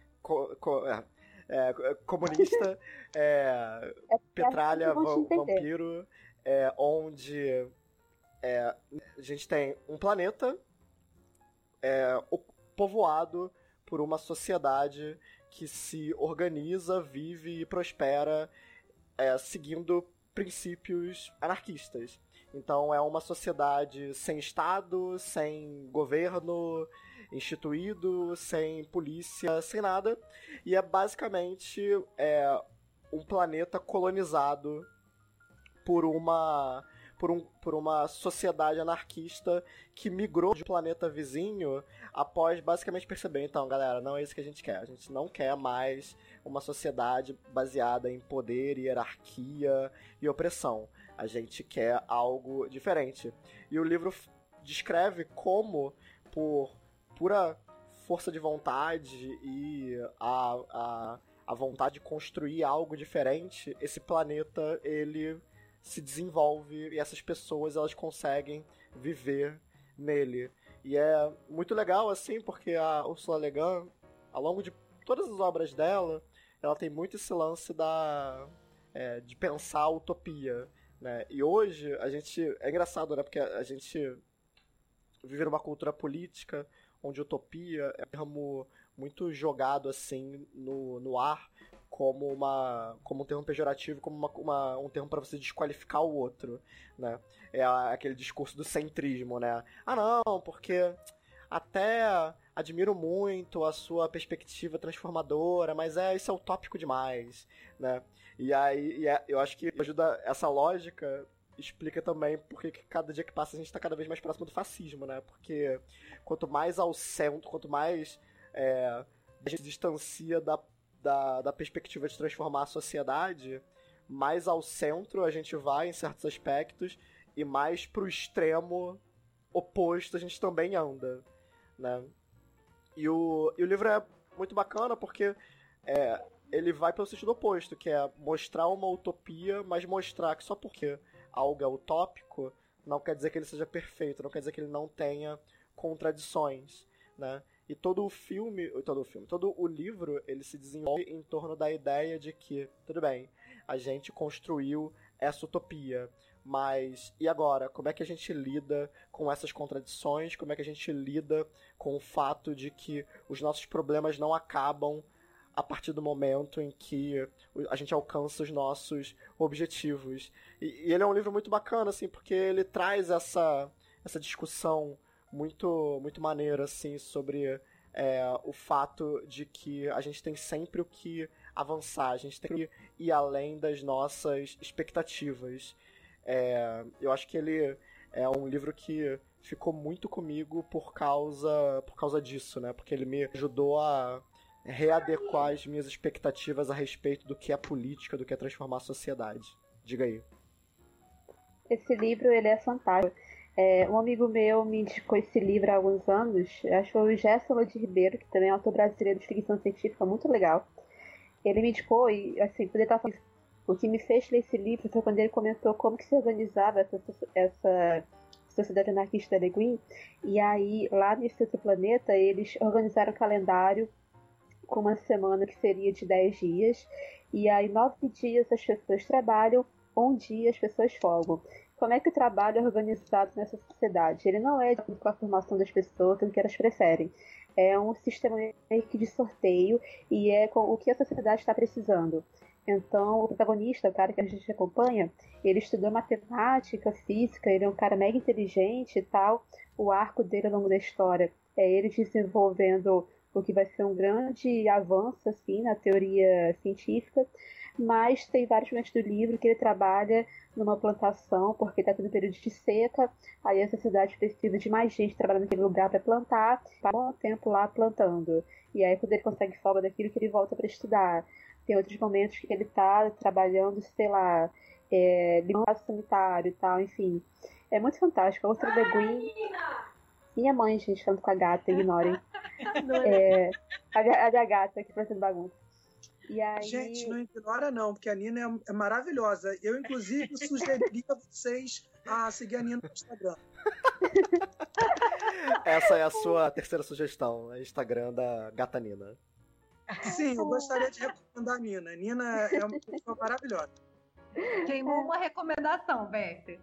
Comunista, petralha, vampiro, onde a gente tem um planeta povoado por uma sociedade que se organiza, vive e prospera seguindo princípios anarquistas. Então é uma sociedade sem Estado, sem governo instituído, sem polícia, sem nada. E é basicamente um planeta colonizado por uma sociedade anarquista que migrou de um planeta vizinho após basicamente perceber, então, galera, não é isso que a gente quer. A gente não quer mais uma sociedade baseada em poder, hierarquia e opressão. A gente quer algo diferente. E o livro descreve como, por pura força de vontade e a vontade de construir algo diferente, esse planeta, ele se desenvolve e essas pessoas elas conseguem viver nele. E é muito legal assim, porque a Ursula Le Guin, ao longo de todas as obras dela, ela tem muito esse lance de pensar a utopia, né? E hoje a gente é engraçado, né? Porque a gente vive numa cultura política onde utopia é um termo muito jogado assim no ar, como um termo pejorativo, como um termo para você desqualificar o outro, né? É aquele discurso do centrismo, né? Ah, não, porque até admiro muito a sua perspectiva transformadora, mas isso é utópico demais, né? E aí eu acho que ajuda essa lógica, explica também porque cada dia que passa a gente está cada vez mais próximo do fascismo, né? Porque quanto mais ao centro, quanto mais a gente se distancia da perspectiva de transformar a sociedade, mais ao centro a gente vai em certos aspectos e mais pro extremo oposto a gente também anda, né? E o livro é muito bacana porque ele vai pelo sentido oposto, que é mostrar uma utopia, mas mostrar que só porque algo é utópico não quer dizer que ele seja perfeito, não quer dizer que ele não tenha contradições, né? E todo o livro, ele se desenvolve em torno da ideia de que, tudo bem, a gente construiu essa utopia, mas e agora? Como é que a gente lida com essas contradições? Como é que a gente lida com o fato de que os nossos problemas não acabam a partir do momento em que a gente alcança os nossos objetivos. E ele é um livro muito bacana, assim, porque ele traz essa discussão muito, muito maneira, assim, sobre o fato de que a gente tem sempre o que avançar, a gente tem que ir além das nossas expectativas. Eu acho que ele é um livro que ficou muito comigo por causa disso, né? Porque ele me ajudou a readequar as minhas expectativas a respeito do que é política, do que é transformar a sociedade. Diga aí. Esse livro, ele é fantástico. Um amigo meu me indicou esse livro há alguns anos, acho que foi o Gerson de Ribeiro, que também é autor brasileiro de ficção científica, muito legal. Ele me indicou e, assim, poder estar falando, o que me fez ler esse livro foi quando ele comentou como que se organizava essa Sociedade Anarquista da Le Guin, e aí, lá nesse outro planeta, eles organizaram o calendário com uma semana que seria de 10 dias, e aí 9 dias as pessoas trabalham, 1 dia as pessoas folgam. Como é que o trabalho é organizado nessa sociedade? Ele não é de acordo com a formação das pessoas, o que elas preferem. É um sistema meio que de sorteio e é com o que a sociedade está precisando. Então, o protagonista, o cara que a gente acompanha, ele estudou matemática, física, ele é um cara mega inteligente e tal. O arco dele ao longo da história é ele desenvolvendo o que vai ser um grande avanço assim, na teoria científica. Mas tem vários momentos do livro que ele trabalha numa plantação, porque está tendo um período de seca, aí a sociedade precisa de mais gente trabalhando naquele lugar para plantar, passa um tempo lá plantando. E aí quando ele consegue folga daquilo, que ele volta para estudar. Tem outros momentos que ele está trabalhando, sei lá, limpando o sanitário e tal, enfim. É muito fantástico. A outra Le Guin... Minha mãe, gente, falando com a gata, ignorem. A minha gata aqui fazendo bagunça. E aí... Gente, não ignora não, porque a Nina é maravilhosa. Eu, inclusive, sugeriria vocês a seguir a Nina no Instagram. Essa é a sua terceira sugestão, o Instagram da Gata Nina. Sim, eu gostaria de recomendar a Nina. Nina é uma pessoa maravilhosa. Queimou uma recomendação, Beth.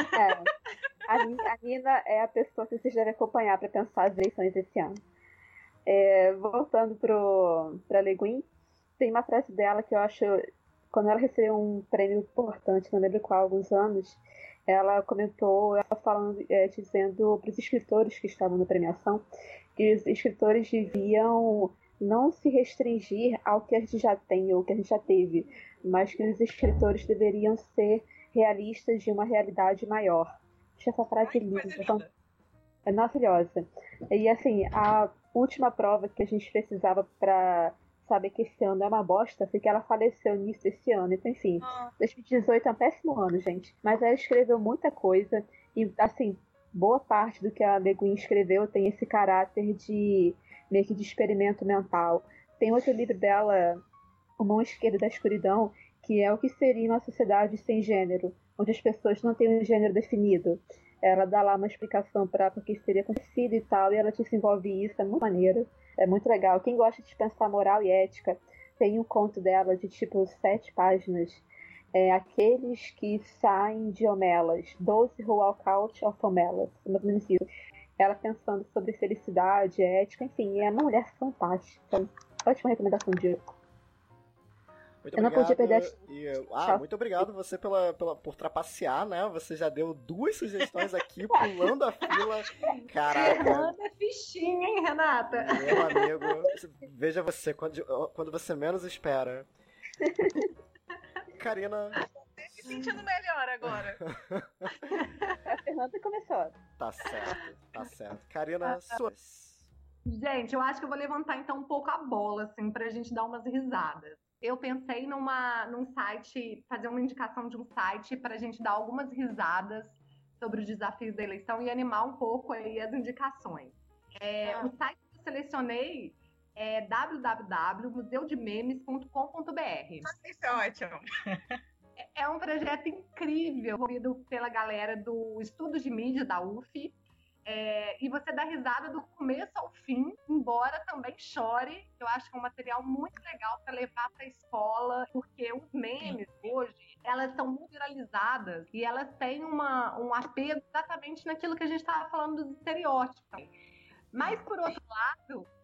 A Nina é a pessoa que vocês devem acompanhar para pensar as eleições esse ano. Voltando para Le Guin, tem uma frase dela que eu acho, quando ela recebeu um prêmio importante, não lembro qual, há alguns anos, ela comentou, dizendo para os escritores que estavam na premiação, que os escritores deviam não se restringir ao que a gente já tem ou que a gente já teve, mas que os escritores deveriam ser realistas de uma realidade maior. Acho essa frase linda. É maravilhosa. E assim, a última prova que a gente precisava para saber que esse ano é uma bosta foi que ela faleceu no início desse ano. Então, enfim, 2018 é um péssimo ano, gente. Mas ela escreveu muita coisa e, assim, boa parte do que a Le Guin escreveu tem esse caráter de meio que de experimento mental. Tem outro livro dela, O Mão Esquerda da Escuridão, que é o que seria uma sociedade sem gênero, onde as pessoas não têm um gênero definido. Ela dá lá uma explicação para o que seria acontecido e tal, e ela desenvolve isso, é muito maneiro, é muito legal. Quem gosta de pensar moral e ética, tem um conto dela de tipo 7 páginas, aqueles que saem de Homelas, 12 who walk out of Homelas, ela pensando sobre felicidade, ética, enfim, é uma mulher fantástica. Ótima recomendação, Diego. Muito eu não podia perder muito obrigado você por trapacear, né? Você já deu 2 sugestões aqui, pulando a fila. Caraca. Renata é fichinha, hein, Renata? Meu amigo, veja você, quando você menos espera. Karina... Tô me sentindo melhor agora. A Fernanda começou. Tá certo. Karina, suas. Gente, eu acho que eu vou levantar então um pouco a bola, assim, pra gente dar umas risadas. Eu pensei num site, fazer uma indicação de um site pra gente dar algumas risadas sobre os desafios da eleição e animar um pouco aí as indicações. O site que eu selecionei é www.museudememes.com.br. Isso é ótimo. É um projeto incrível, envolvido pela galera do Estudo de Mídia da UF. E você dá risada do começo ao fim, embora também chore. Eu acho que é um material muito legal para levar para a escola, porque os memes hoje, elas são muito viralizadas e elas têm um apego exatamente naquilo que a gente estava falando dos estereótipos. Mas, por outro lado,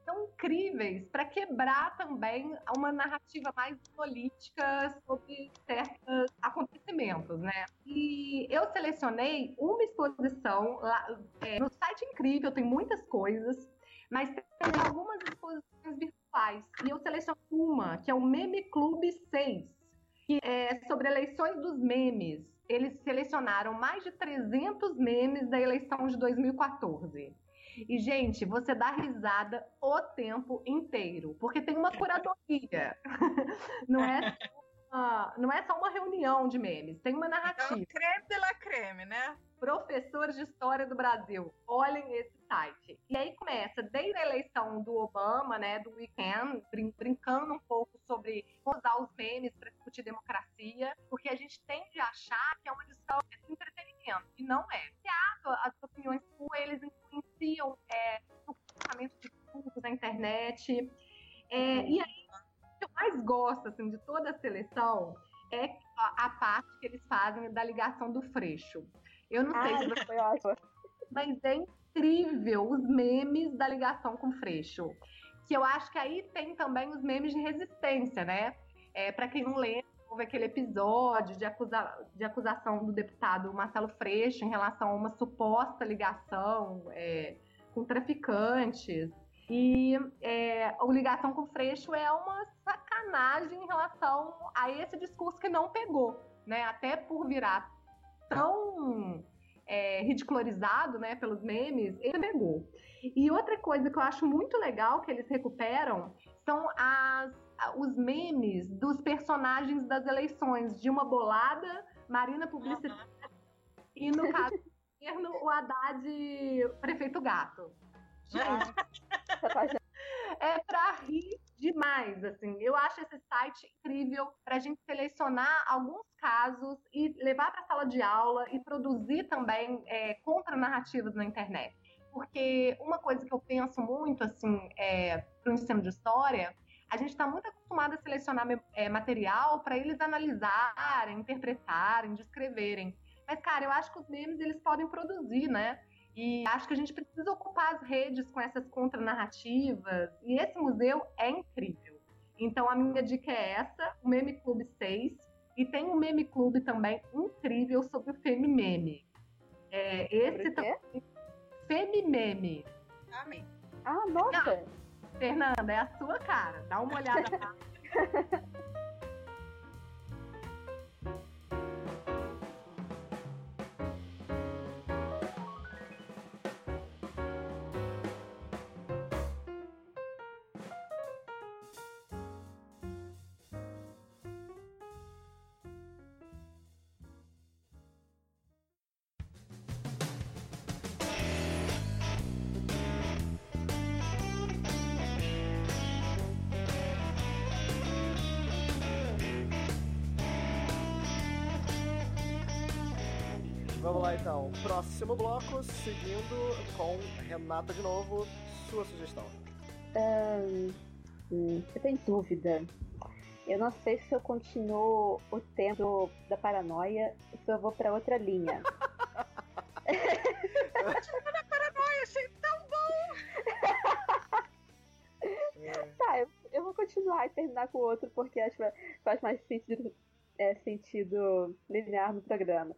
são incríveis para quebrar também uma narrativa mais política sobre certos acontecimentos, né? E eu selecionei uma exposição lá, no site incrível, tem muitas coisas, mas tem algumas exposições virtuais. E eu selecionei uma, que é o Meme Clube 6, que é sobre eleições dos memes. Eles selecionaram mais de 300 memes da eleição de 2014. E, gente, você dá risada o tempo inteiro, porque tem uma curadoria. Não é só uma reunião de memes, tem uma narrativa. É o creme de la creme, né? Professores de História do Brasil, olhem esse site. E aí começa, desde a eleição do Obama, né, do Weekend, brincando um pouco sobre usar os memes para discutir democracia, porque a gente tende a achar que é uma discussão de entretenimento, e não é. As opiniões eles influenciam no comportamento de grupos na internet. E aí, o que eu mais gosto assim, de toda a seleção é a parte que eles fazem da ligação do Freixo. Eu não sei se você... Foi ótimo. Mas é incrível os memes da ligação com o Freixo. Que eu acho que aí tem também os memes de resistência, né? Para quem não lembra, houve aquele episódio de acusação do deputado Marcelo Freixo em relação a uma suposta ligação com traficantes. E a ligação com o Freixo é uma sacanagem em relação a esse discurso que não pegou, né? Até por virar tão ridicularizado, né, pelos memes, ele pegou. E outra coisa que eu acho muito legal que eles recuperam são os memes dos personagens das eleições, de uma bolada, Marina Publicidade, e no caso do governo, o Haddad Prefeito Gato. Gente, é pra rir demais, assim. Eu acho esse site incrível pra gente selecionar alguns casos e levar pra sala de aula e produzir também contra-narrativas na internet. Porque uma coisa que eu penso muito, assim, pro ensino de história, a gente está muito acostumado a selecionar material para eles analisarem, interpretarem, descreverem. Mas, cara, eu acho que os memes, eles podem produzir, né? E acho que a gente precisa ocupar as redes com essas contranarrativas. E esse museu é incrível. Então, a minha dica é essa, o Meme Clube 6. E tem um Meme Clube também incrível sobre o Femimeme. Esse também... Femimeme. Amém. Ah, nossa! Fernanda, é a sua cara. Dá uma olhada lá. Vamos lá então, próximo bloco, seguindo com Renata de novo, sua sugestão. Eu tenho dúvida. Eu não sei se eu continuo o tempo da paranoia ou se eu vou pra outra linha. Continua na paranoia, achei tão bom! Tá, eu vou continuar e terminar com o outro porque acho que faz mais sentido linear no programa.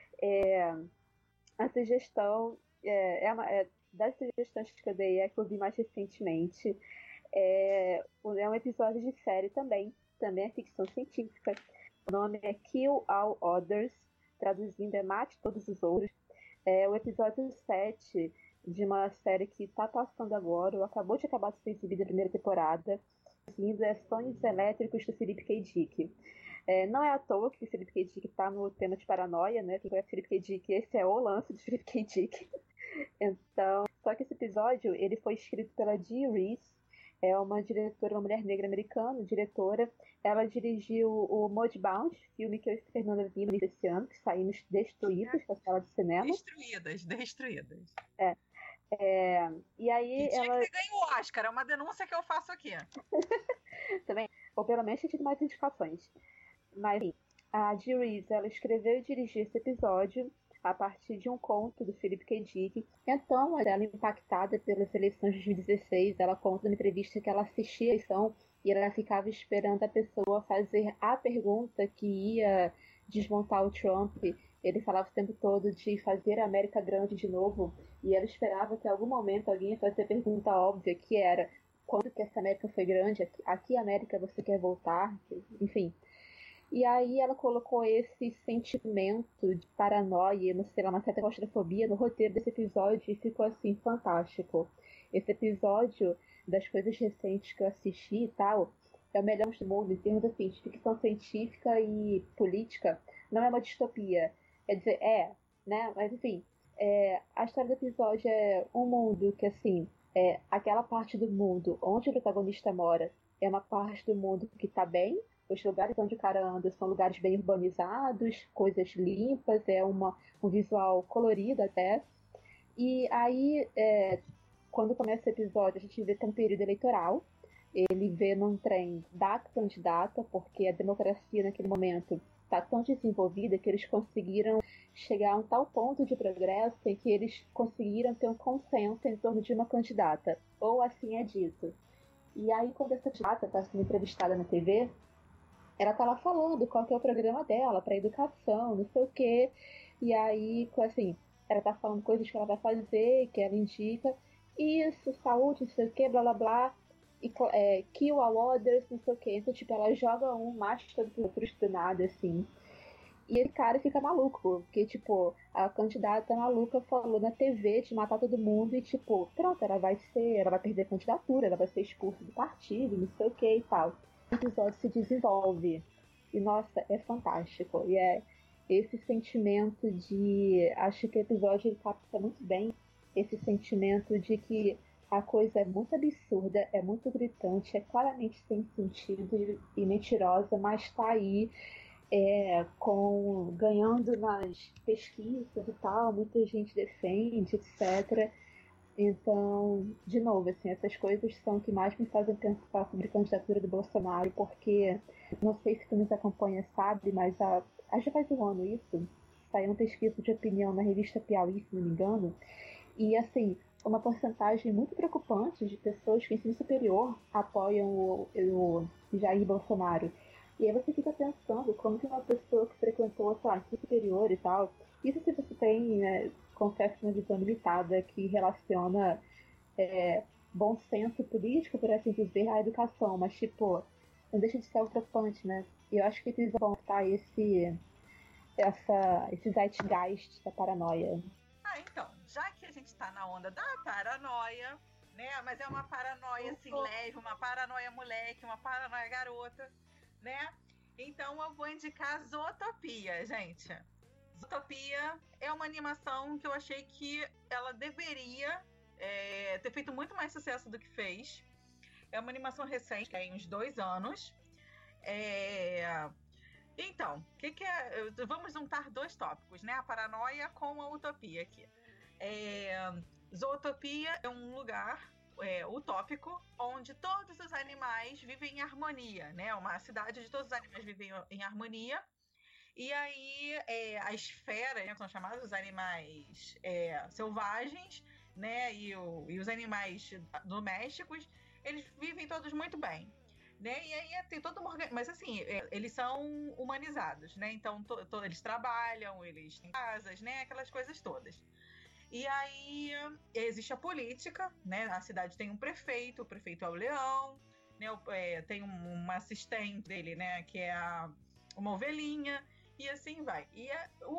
A sugestão das sugestões que eu dei que eu vi mais recentemente é um episódio de série também é ficção científica. O nome é Kill All Others, traduzindo Mate Todos os Outros. É o episódio 7 de uma série que está passando agora, ou acabou de acabar de ser exibida a primeira temporada, seguindo Sonhos Elétricos do Philip K. Dick. Não é à toa que o Philip K. Dick está no tema de paranoia, né? Que é Philip K. Dick, esse é o lance de Philip K. Dick. Então, só que esse episódio ele foi escrito pela Dee Reese, uma diretora, uma mulher negra americana, diretora. Ela dirigiu o Mudbound, filme que eu e a Fernanda vimos esse ano, que saímos destruídos da sala de cinema. Destruídas. E aí tinha ela... que ter ganho o Oscar, é uma denúncia que eu faço aqui. Também, ou pelo menos tinha tido mais indicações. Mas, enfim, a Dee Reese, ela escreveu e dirigiu esse episódio a partir de um conto do Philip K. Dick. Então, ela, impactada pelas eleições de 2016, ela conta numa entrevista que ela assistia a eleição e ela ficava esperando a pessoa fazer a pergunta que ia desmontar o Trump. Ele falava o tempo todo de fazer a América grande de novo, e ela esperava que em algum momento alguém ia fazer a pergunta óbvia, que era: quando que essa América foi grande? A que América você quer voltar? Enfim. E aí ela colocou esse sentimento de paranoia, não sei lá, uma certa claustrofobia no roteiro desse episódio, e ficou assim, fantástico. Esse episódio, das coisas recentes que eu assisti e tal, é o melhor do mundo em termos assim, de ficção científica e política. Não é uma distopia. Quer dizer, né? Mas enfim, a história do episódio é um mundo que, assim, aquela parte do mundo onde o protagonista mora é uma parte do mundo que tá bem. Os lugares onde o cara anda são lugares bem urbanizados, coisas limpas, um visual colorido até. E aí, quando começa o episódio, a gente vê que é um período eleitoral. Ele vê num trem da candidata, porque a democracia naquele momento está tão desenvolvida que eles conseguiram chegar a um tal ponto de progresso em que eles conseguiram ter um consenso em torno de uma candidata. Ou assim é dito. E aí, quando essa candidata está sendo entrevistada na TV, ela tá lá falando qual que é o programa dela para educação, não sei o quê. E aí, assim, ela tá falando coisas que ela vai fazer, que ela indica. Isso, saúde, não sei o quê, blá blá blá. E kill all others, não sei o quê. Então, tipo, ela joga um macho todos os outros do nada, assim. E esse cara fica maluco, porque, tipo, a candidata maluca falou na TV de matar todo mundo e, tipo, pronto, ela vai perder a candidatura, ela vai ser expulsa do partido, não sei o que e tal. O episódio se desenvolve e, nossa, é fantástico. E é esse sentimento de... Acho que o episódio ele capta muito bem esse sentimento de que a coisa é muito absurda, é muito gritante, é claramente sem sentido e mentirosa, mas tá aí ganhando nas pesquisas e tal, muita gente defende, etc. Então, de novo, assim, essas coisas são o que mais me fazem pensar sobre a candidatura do Bolsonaro, porque, não sei se tu nos acompanha, sabe, mas já faz um ano isso, saiu uma pesquisa de opinião na revista Piauí, se não me engano, e, assim, uma porcentagem muito preocupante de pessoas que em ensino superior apoiam o Jair Bolsonaro. E aí você fica pensando como que uma pessoa que frequentou, sei lá, ensino superior e tal, isso se você tem, né, confesso, uma visão limitada que relaciona bom senso político, por assim dizer, à educação, mas, tipo, não deixa de ser algo preocupante, né? E eu acho que precisa voltar esse zeitgeist da paranoia. Então, já que a gente tá na onda da paranoia, né? Mas é uma paranoia assim leve, uma paranoia moleque, uma paranoia garota, né? Então eu vou indicar Zootopia, gente. Zootopia é uma animação que eu achei que ela deveria ter feito muito mais sucesso do que fez. É uma animação recente, que tem uns 2 anos. Então, vamos juntar 2 tópicos, né? A paranoia com a utopia aqui. Zootopia é um lugar utópico onde todos os animais vivem em harmonia, né? Uma cidade onde todos os animais vivem em harmonia. E aí as feras, né, são chamados os animais selvagens, né? E os animais domésticos, eles vivem todos muito bem. Né? E aí tem toda uma mas assim, eles são humanizados, né? Então eles trabalham, eles têm casas, né? Aquelas coisas todas. E aí existe a política, né? A cidade tem um prefeito, o prefeito é o leão, né? Tem uma assistente dele, né? Que é uma ovelhinha, e assim vai. E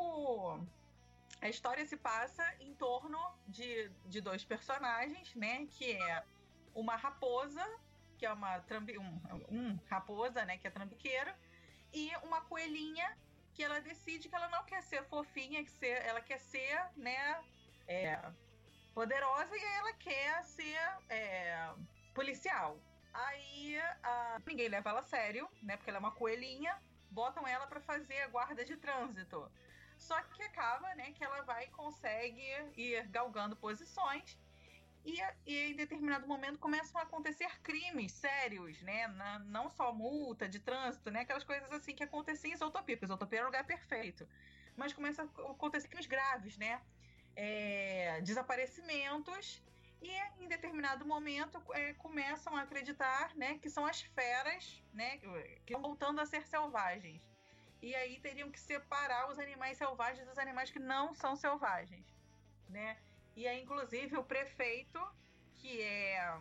a história se passa em torno de 2 personagens, né? Que é uma raposa, que é uma raposa, né, que é trambiqueiro, e uma coelhinha que ela decide que ela não quer ser fofinha, ela quer ser, né, poderosa, e ela quer ser policial. Aí ninguém leva ela a sério, né, porque ela é uma coelhinha, botam ela para fazer guarda de trânsito. Só que acaba, né, que ela consegue ir galgando posições. E em determinado momento começam a acontecer crimes sérios, né? Não só multa de trânsito, né? Aquelas coisas assim que aconteciam em Zootopia, porque Zootopia era o lugar perfeito. Mas começam a acontecer crimes graves, né? Desaparecimentos, e em determinado momento começam a acreditar, né, que são as feras, né, que estão voltando a ser selvagens. E aí teriam que separar os animais selvagens dos animais que não são selvagens, né? E aí, inclusive, o prefeito, que é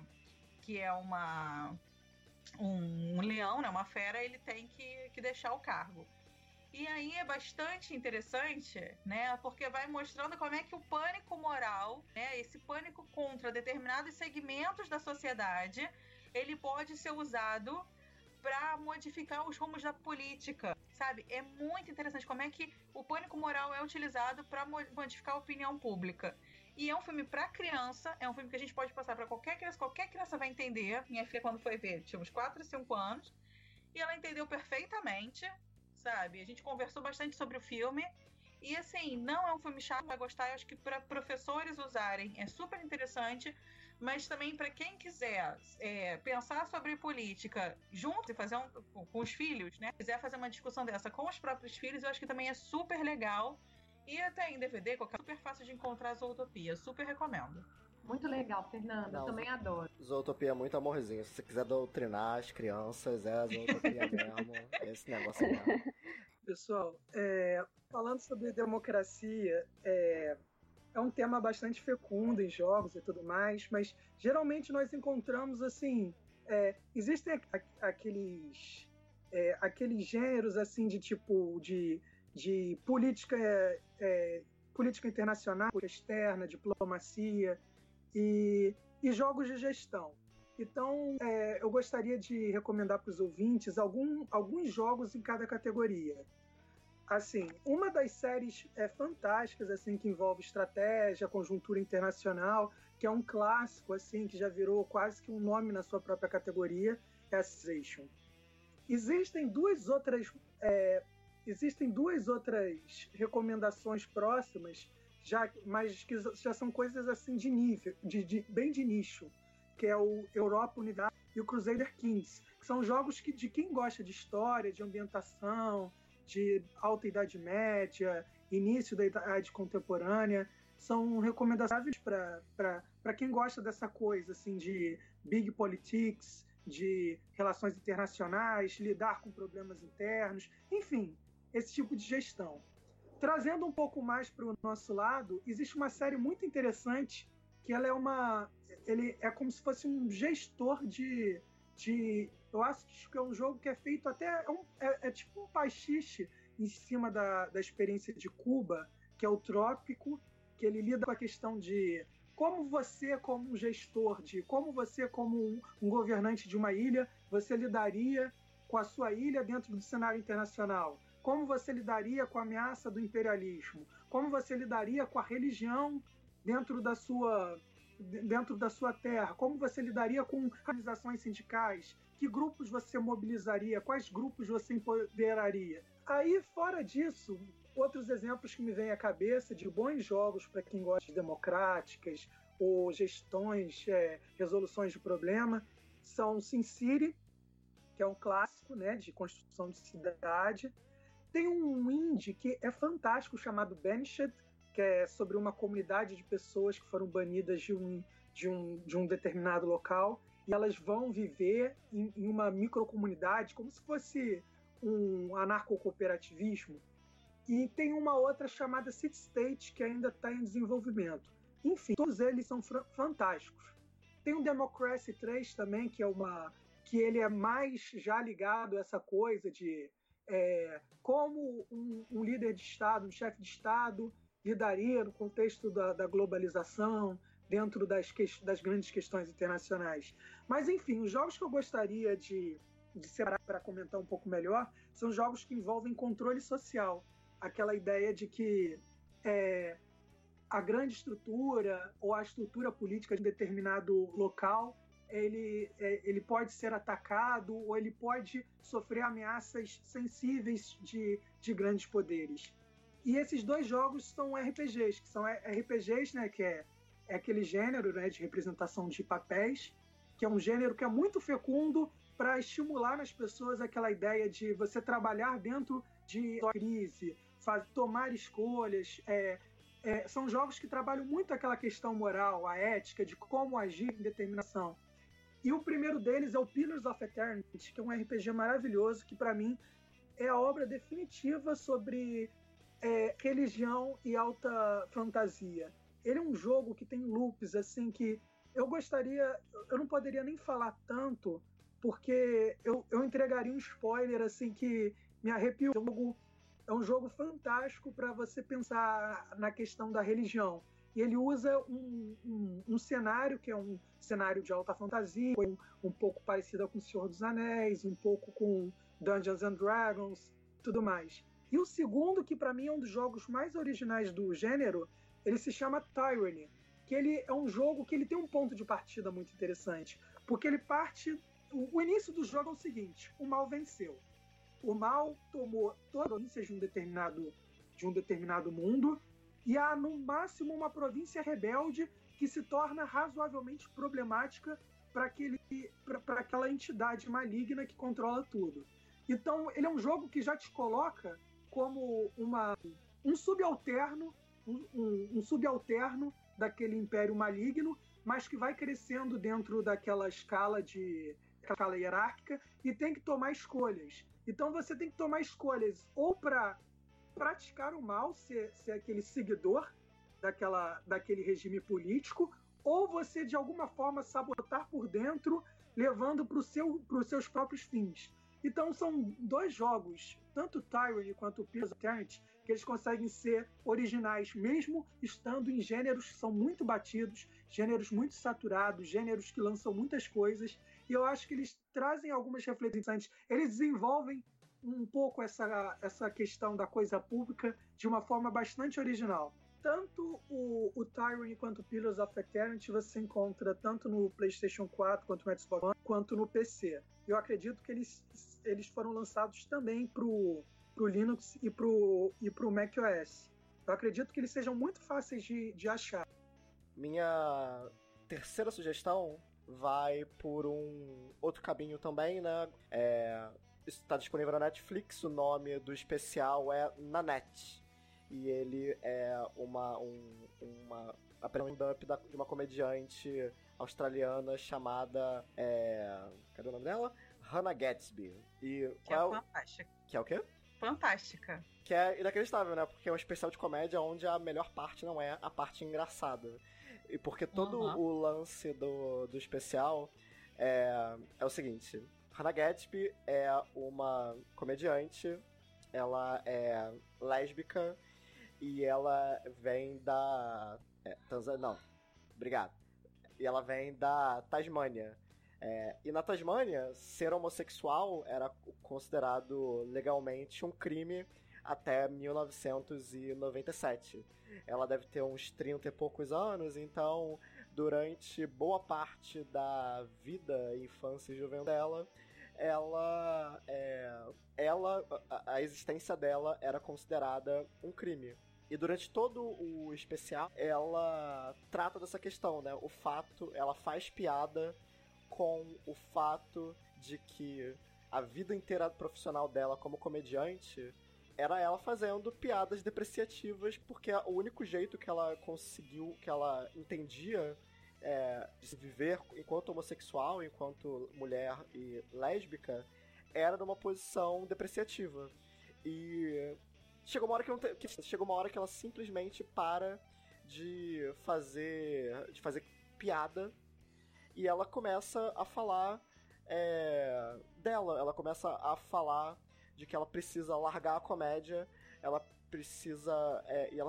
um leão, né, uma fera, ele tem que deixar o cargo. E aí é bastante interessante, né, porque vai mostrando como é que o pânico moral, né, esse pânico contra determinados segmentos da sociedade, ele pode ser usado para modificar os rumos da política, sabe? É muito interessante como é que o pânico moral é utilizado para modificar a opinião pública. E é um filme para criança, é um filme que a gente pode passar para qualquer criança vai entender. Minha filha, quando foi ver, tinha uns 4 ou 5 anos, e ela entendeu perfeitamente, sabe? A gente conversou bastante sobre o filme. E assim, não é um filme chato, vai gostar. Eu acho que para professores usarem é super interessante, mas também para quem quiser pensar sobre política junto e fazer com os filhos, né? Quiser fazer uma discussão dessa com os próprios filhos, eu acho que também é super legal. E até em DVD, super fácil de encontrar Zootopia. Super recomendo. Muito legal, Fernanda. Eu também adoro. Zootopia é muito amorzinho. Se você quiser doutrinar as crianças, é a Zootopia mesmo. Esse negócio mesmo. Pessoal, falando sobre democracia, é um tema bastante fecundo em jogos e tudo mais, mas geralmente nós encontramos, assim, existem aqueles gêneros, assim, de tipo, de política internacional, política externa, diplomacia e jogos de gestão. Então, eu gostaria de recomendar para os ouvintes alguns jogos em cada categoria. Assim, uma das séries fantásticas assim, que envolve estratégia, conjuntura internacional, que é um clássico assim, que já virou quase que um nome na sua própria categoria, é a Civilization. Existem duas outras recomendações próximas, mas que já são coisas assim de nível, bem de nicho, que é o Europa Universo e o Crusader Kings, que são jogos de quem gosta de história, de ambientação, de alta Idade Média, início da Idade Contemporânea, são recomendáveis para quem gosta dessa coisa assim, de big politics, de relações internacionais, lidar com problemas internos, enfim, esse tipo de gestão. Trazendo um pouco mais para o nosso lado, existe uma série muito interessante que ele é como se fosse um gestor de eu acho que é um jogo que é feito até é tipo um pastiche em cima da experiência de Cuba, que é o Trópico, que ele lida com a questão de como você, como um gestor, como você, como um governante de uma ilha, você lidaria com a sua ilha dentro do cenário internacional. Como você lidaria com a ameaça do imperialismo? Como você lidaria com a religião dentro da sua terra? Como você lidaria com organizações sindicais? Que grupos você mobilizaria? Quais grupos você empoderaria? Aí, fora disso, outros exemplos que me vêm à cabeça de bons jogos para quem gosta de democráticas ou gestões, resoluções de problema, são SimCity, que é um clássico, né, de construção de cidade. Tem um indie que é fantástico chamado Banished, que é sobre uma comunidade de pessoas que foram banidas de um determinado local, e elas vão viver em uma microcomunidade, como se fosse um anarcocooperativismo. E tem uma outra chamada City State, que ainda está em desenvolvimento. Enfim, todos eles são fantásticos. Tem o Democracy 3 também, que ele é mais já ligado a essa coisa de como um líder de Estado, um chefe de Estado, lidaria no contexto da globalização, dentro das grandes questões internacionais. Mas, enfim, os jogos que eu gostaria de separar para comentar um pouco melhor são jogos que envolvem controle social. Aquela ideia de que a grande estrutura ou a estrutura política de determinado local ele pode ser atacado ou ele pode sofrer ameaças sensíveis de grandes poderes. E esses dois jogos são RPGs, que são RPGs, né, que é aquele gênero, né, de representação de papéis, que é um gênero que é muito fecundo para estimular nas pessoas aquela ideia de você trabalhar dentro de crise, tomar escolhas. São jogos que trabalham muito aquela questão moral, a ética, de como agir em determinação. E o primeiro deles é o Pillars of Eternity, que é um RPG maravilhoso, que para mim é a obra definitiva sobre religião e alta fantasia. Ele é um jogo que tem loops, assim, que eu não poderia nem falar tanto, porque eu entregaria um spoiler, assim, que me arrepiou. É um jogo fantástico para você pensar na questão da religião. E ele usa um cenário que é um cenário de alta fantasia, um pouco parecido com o Senhor dos Anéis, um pouco com Dungeons and Dragons, tudo mais. E o segundo, que para mim é um dos jogos mais originais do gênero, ele se chama Tyranny, que ele é um jogo que ele tem um ponto de partida muito interessante, porque ele parte... O início do jogo é o seguinte: o mal venceu. O mal tomou toda a província de um determinado mundo, e há, no máximo, uma província rebelde que se torna razoavelmente problemática para aquela entidade maligna que controla tudo. Então, ele é um jogo que já te coloca como um subalterno, um subalterno daquele império maligno, mas que vai crescendo dentro daquela escala hierárquica e tem que tomar escolhas. Então você tem que tomar escolhas ou para praticar o mal, ser aquele seguidor daquele regime político, ou você de alguma forma sabotar por dentro, levando para os seus próprios fins. Então são dois jogos, tanto Tyranny quanto Pillars of Eternity, que eles conseguem ser originais, mesmo estando em gêneros que são muito batidos, gêneros muito saturados, gêneros que lançam muitas coisas, e eu acho que eles trazem algumas reflexões, eles desenvolvem um pouco essa questão da coisa pública de uma forma bastante original. Tanto o Tyranny quanto o Pillars of Eternity você encontra tanto no PlayStation 4, quanto no Xbox One, quanto no PC. Eu acredito que eles foram lançados também pro Linux e pro macOS. Eu acredito que eles sejam muito fáceis de achar. Minha terceira sugestão vai por um outro caminho também, né? Está disponível na Netflix, o nome do especial é Nanette. E ele é uma stand-up de uma comediante australiana chamada... cadê o nome dela? Hannah Gadsby. E que é fantástica. Que é o quê? Fantástica. Que é inacreditável, né? Porque é um especial de comédia onde a melhor parte não é a parte engraçada. E porque todo o lance do especial é o seguinte: Hannah Gadsby é uma comediante, ela é lésbica e ela vem da... Tanzânia, não. Obrigado. E ela vem da Tasmânia. E na Tasmânia, ser homossexual era considerado legalmente um crime até 1997. Ela deve ter uns 30 e poucos anos, então durante boa parte da vida, infância e juventude dela, a existência dela era considerada um crime. E durante todo o especial, ela trata dessa questão, né? Ela faz piada com o fato de que a vida inteira profissional dela como comediante era ela fazendo piadas depreciativas, porque o único jeito que ela conseguiu, que ela entendia de se viver enquanto homossexual, enquanto mulher e lésbica, era numa posição depreciativa. E chegou uma hora que ela simplesmente para de fazer piada e ela começa a falar dela. Ela começa a falar de que ela precisa largar a comédia, ela precisa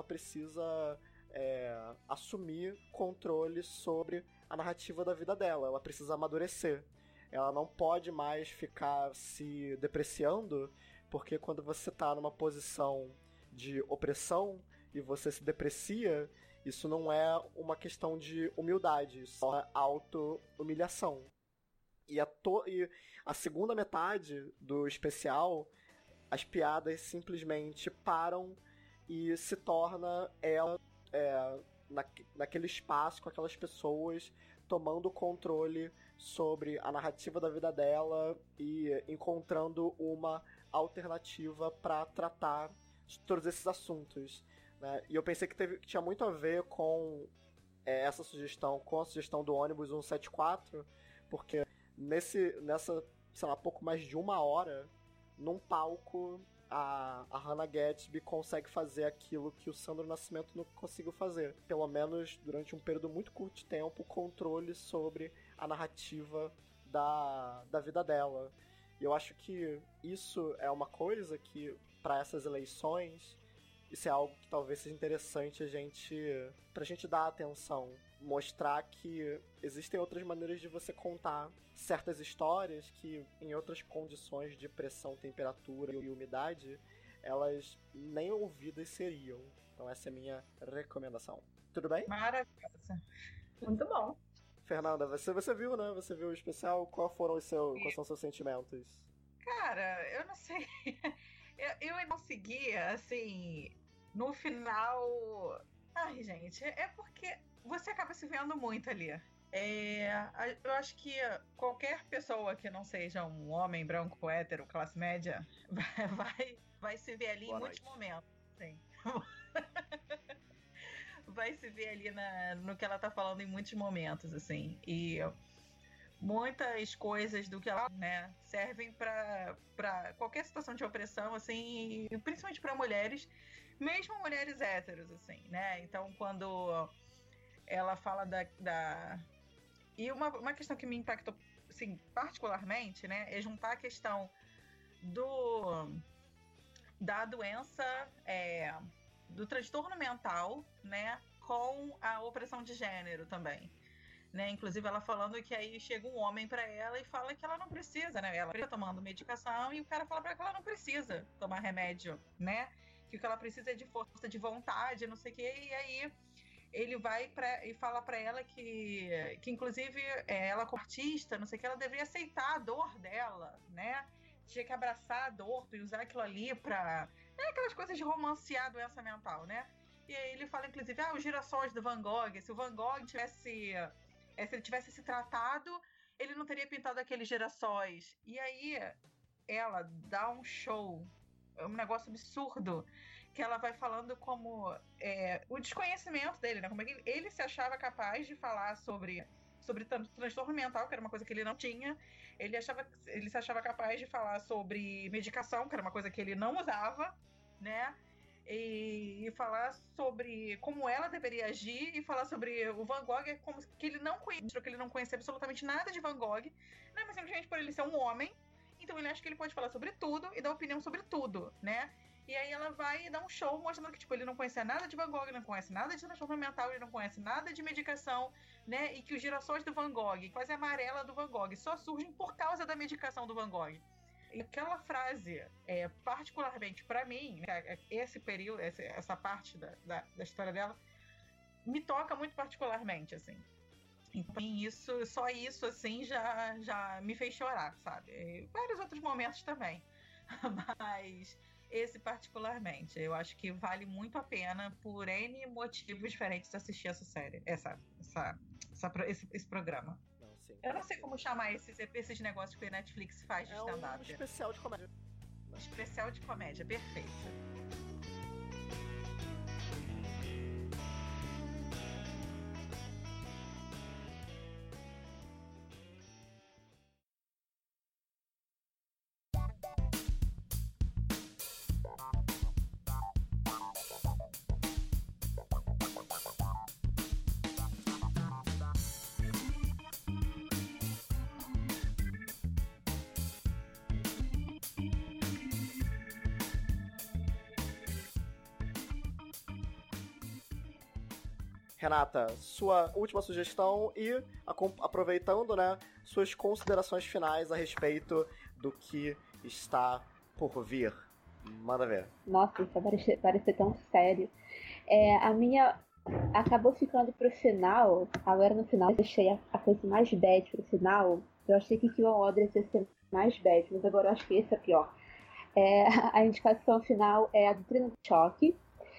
assumir controle sobre a narrativa da vida dela. Ela precisa amadurecer. Ela não pode mais ficar se depreciando, porque quando você está numa posição de opressão e você se deprecia, isso não é uma questão de humildade, isso é auto-humilhação. E a segunda metade do especial, as piadas simplesmente param e se torna ela naquele espaço com aquelas pessoas, tomando controle sobre a narrativa da vida dela e encontrando uma alternativa para tratar de todos esses assuntos, né? E eu pensei que tinha muito a ver com essa sugestão, com a sugestão do ônibus 174, porque nessa, sei lá, pouco mais de 1 hora, num palco, a Hannah Gadsby consegue fazer aquilo que o Sandro Nascimento não conseguiu fazer. Pelo menos durante um período muito curto de tempo, controle sobre a narrativa da vida dela. E eu acho que isso é uma coisa que, para essas eleições, isso é algo que talvez seja interessante pra gente dar atenção. Mostrar que existem outras maneiras de você contar certas histórias que, em outras condições de pressão, temperatura e umidade, elas nem ouvidas seriam. Então essa é a minha recomendação. Tudo bem? Maravilhosa. Muito bom. Fernanda, você viu, né? Você viu o especial? Quais são os seus sentimentos? Cara, eu não sei. Eu não seguia, assim, no final... Ai, gente, é porque você acaba se vendo muito ali. Eu acho que qualquer pessoa que não seja um homem branco, hétero, classe média, vai se ver ali em muitos momentos. Sim. Vai se ver ali no que ela tá falando em muitos momentos, assim. E muitas coisas do que ela, né, servem para qualquer situação de opressão, assim, e principalmente para mulheres, mesmo mulheres héteros, assim, né? Então, quando ela fala E uma questão que me impactou, assim, particularmente, né, é juntar a questão da doença, do transtorno mental, né, com a opressão de gênero também. Né? Inclusive ela falando que aí chega um homem pra ela e fala que ela não precisa, né? Ela está tomando medicação e o cara fala pra ela que ela não precisa tomar remédio, né? Que o que ela precisa é de força de vontade, não sei o quê, e aí ele vai e fala pra ela que inclusive ela como artista, não sei o que, ela deveria aceitar a dor dela, né? Tinha que abraçar a dor e usar aquilo ali pra... aquelas coisas de romancear a doença mental, né? E aí ele fala, inclusive, os girassóis do Van Gogh, se o Van Gogh se ele tivesse se tratado, ele não teria pintado aqueles girassóis. E aí ela dá um show, um negócio absurdo, que ela vai falando como o desconhecimento dele, né? Como é que ele se achava capaz de falar sobre transtorno mental, que era uma coisa que ele não tinha. Ele se achava capaz de falar sobre medicação, que era uma coisa que ele não usava, né? E falar sobre como ela deveria agir, e falar sobre o Van Gogh como que ele não conhecia absolutamente nada de Van Gogh, né? Mas simplesmente por ele ser um homem, então ele acha que ele pode falar sobre tudo e dar opinião sobre tudo, né? E aí ela vai dar um show mostrando que, tipo, ele não conhecia nada de Van Gogh, não conhece nada de transtorno mental, ele não conhece nada de medicação, né? E que os girassóis do Van Gogh, quase a amarela do Van Gogh, só surgem por causa da medicação do Van Gogh. E aquela frase, particularmente pra mim, esse período, essa parte da história dela, me toca muito particularmente, assim. Então, só isso, assim, já me fez chorar, sabe? E vários outros momentos também. Mas esse particularmente, eu acho que vale muito a pena, por N motivos diferentes, assistir essa série, esse programa. Não, sim. Eu não sei como chamar esses negócios que a Netflix faz de stand-up. Um especial de comédia. Especial de comédia, perfeito. Renata, sua última sugestão e, aproveitando, né, suas considerações finais a respeito do que está por vir. Manda ver. Nossa, isso vai parecer tão sério. A minha acabou ficando pro final. Agora no final eu deixei a coisa mais bad pro final. Eu achei que o Audrey ia ser mais bad, mas agora eu acho que esse é pior. A indicação final é a Doutrina do Choque,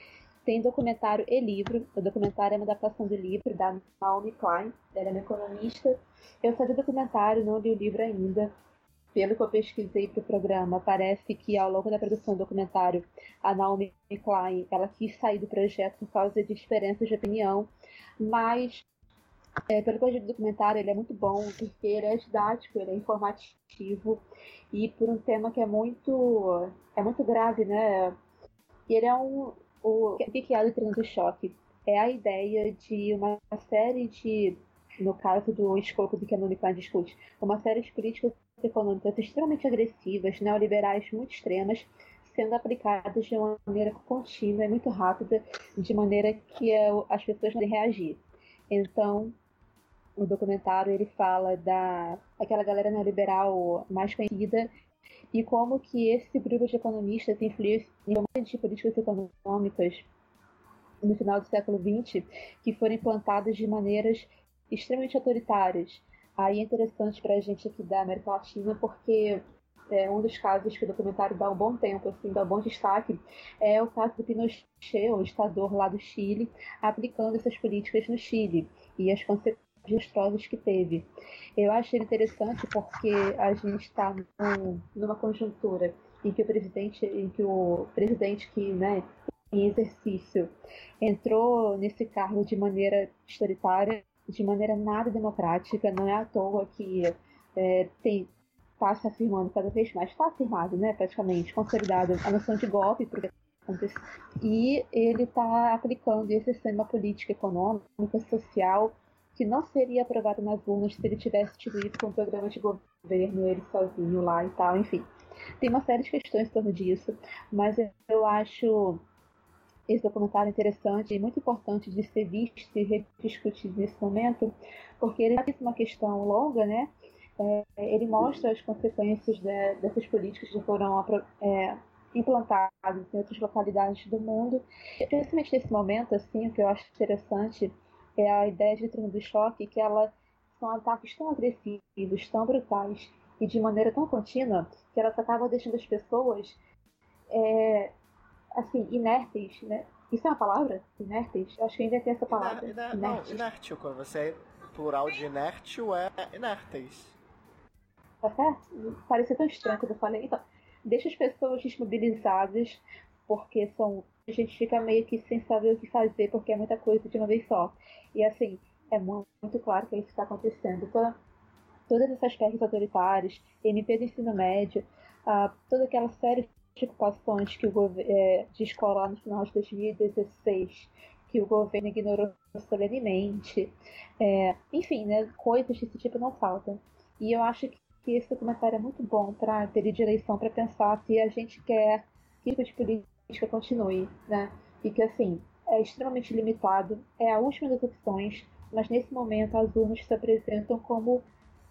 Tem documentário e livro. O documentário é uma adaptação do livro da Naomi Klein, ela é uma economista. Eu só vi o documentário, não li o livro ainda. Pelo que eu pesquisei para o programa, parece que ao longo da produção do documentário, a Naomi Klein ela quis sair do projeto por causa de diferenças de opinião, mas pelo que eu vi do documentário, ele é muito bom, porque ele é didático, ele é informativo, e por um tema que é muito grave, né? E ele é o que é a doutrina do choque? É a ideia de uma série de, no caso do escopo do que a Naomi Klein discute, uma série de políticas econômicas extremamente agressivas, neoliberais muito extremas, sendo aplicadas de uma maneira contínua e muito rápida, de maneira que as pessoas podem reagir. Então, o documentário ele fala daquela galera neoliberal mais conhecida e como que esse grupo de economistas influenciam de políticas econômicas no final do século XX que foram implantadas de maneiras extremamente autoritárias. Aí é interessante para a gente aqui da América Latina, porque um dos casos que o documentário dá um bom tempo, assim, dá um bom destaque, é o caso do Pinochet, o ditador lá do Chile, aplicando essas políticas no Chile e as consequências desastrosas que teve. Eu achei interessante porque a gente está numa conjuntura em que o presidente que, né, em exercício entrou nesse cargo de maneira autoritária, de maneira nada democrática. Não é à toa que está se afirmando cada vez mais, está afirmado, né, praticamente, consolidado a noção de golpe, porque aconteceu. E ele está aplicando e exercendo uma política econômica, social, que não seria aprovada nas urnas se ele tivesse tido isso com um programa de governo, ele sozinho lá e tal, enfim. Tem uma série de questões em torno disso, mas eu acho esse documentário interessante e muito importante de ser visto e rediscutido nesse momento, porque ele é uma questão longa, né? Ele mostra as consequências dessas políticas que foram implantadas em outras localidades do mundo. Principalmente nesse momento, assim, o que eu acho interessante é a ideia de doutrina do choque, que são ataques tão agressivos, tão brutais e de maneira tão contínua, que elas acabam deixando as pessoas assim, inertes, né? Isso é uma palavra? Inertes? Eu acho que eu inventei essa palavra. Não, inértil. Quando você é plural de inértil, é inertes. Tá certo? Pareceu tão estranho quando eu falei. Então, deixa as pessoas desmobilizadas, porque a gente fica meio que sem saber o que fazer, porque é muita coisa de uma vez só. E assim, é muito claro que isso está acontecendo. Todas essas PECs autoritárias, MP do ensino médio, toda aquela série de ocupações que o governo de escola lá no final de 2016, que o governo ignorou solenemente, enfim, né, coisas desse tipo não faltam. E eu acho que esse documentário é muito bom para período de eleição, para pensar se a gente quer que o tipo de política continue, né? E que, assim, é extremamente limitado, é a última das opções, mas nesse momento as urnas se apresentam como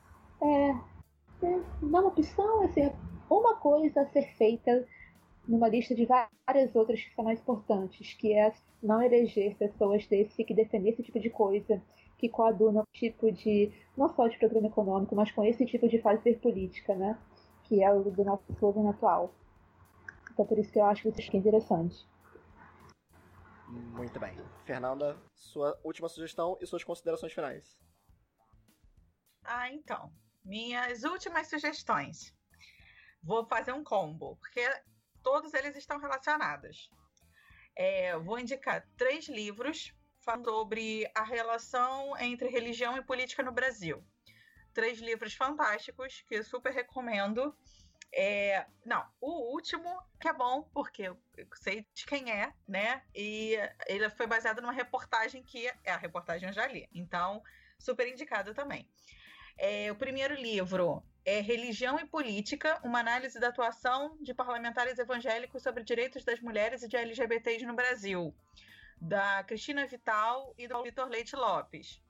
uma opção, assim, uma coisa a ser feita numa lista de várias outras que são mais importantes, que é não eleger pessoas que defendem esse tipo de coisa, que coadunam um tipo de, não só de programa econômico, mas com esse tipo de fazer política, né? Que é o do nosso governo atual. Então por isso que eu acho que isso é interessante. Muito bem. Fernanda, sua última sugestão e suas considerações finais. Então. Minhas últimas sugestões. Vou fazer um combo, porque todos eles estão relacionados. Vou indicar 3 livros falando sobre a relação entre religião e política no Brasil. 3 livros fantásticos que eu super recomendo. O último que é bom, porque eu sei de quem é, né? E ele foi baseado numa reportagem que a reportagem eu já li. Então, super indicado também. O primeiro livro é Religião e Política, uma análise da atuação de parlamentares evangélicos sobre direitos das mulheres e de LGBTs no Brasil, da Cristina Vital e do Vitor Leite Lopes.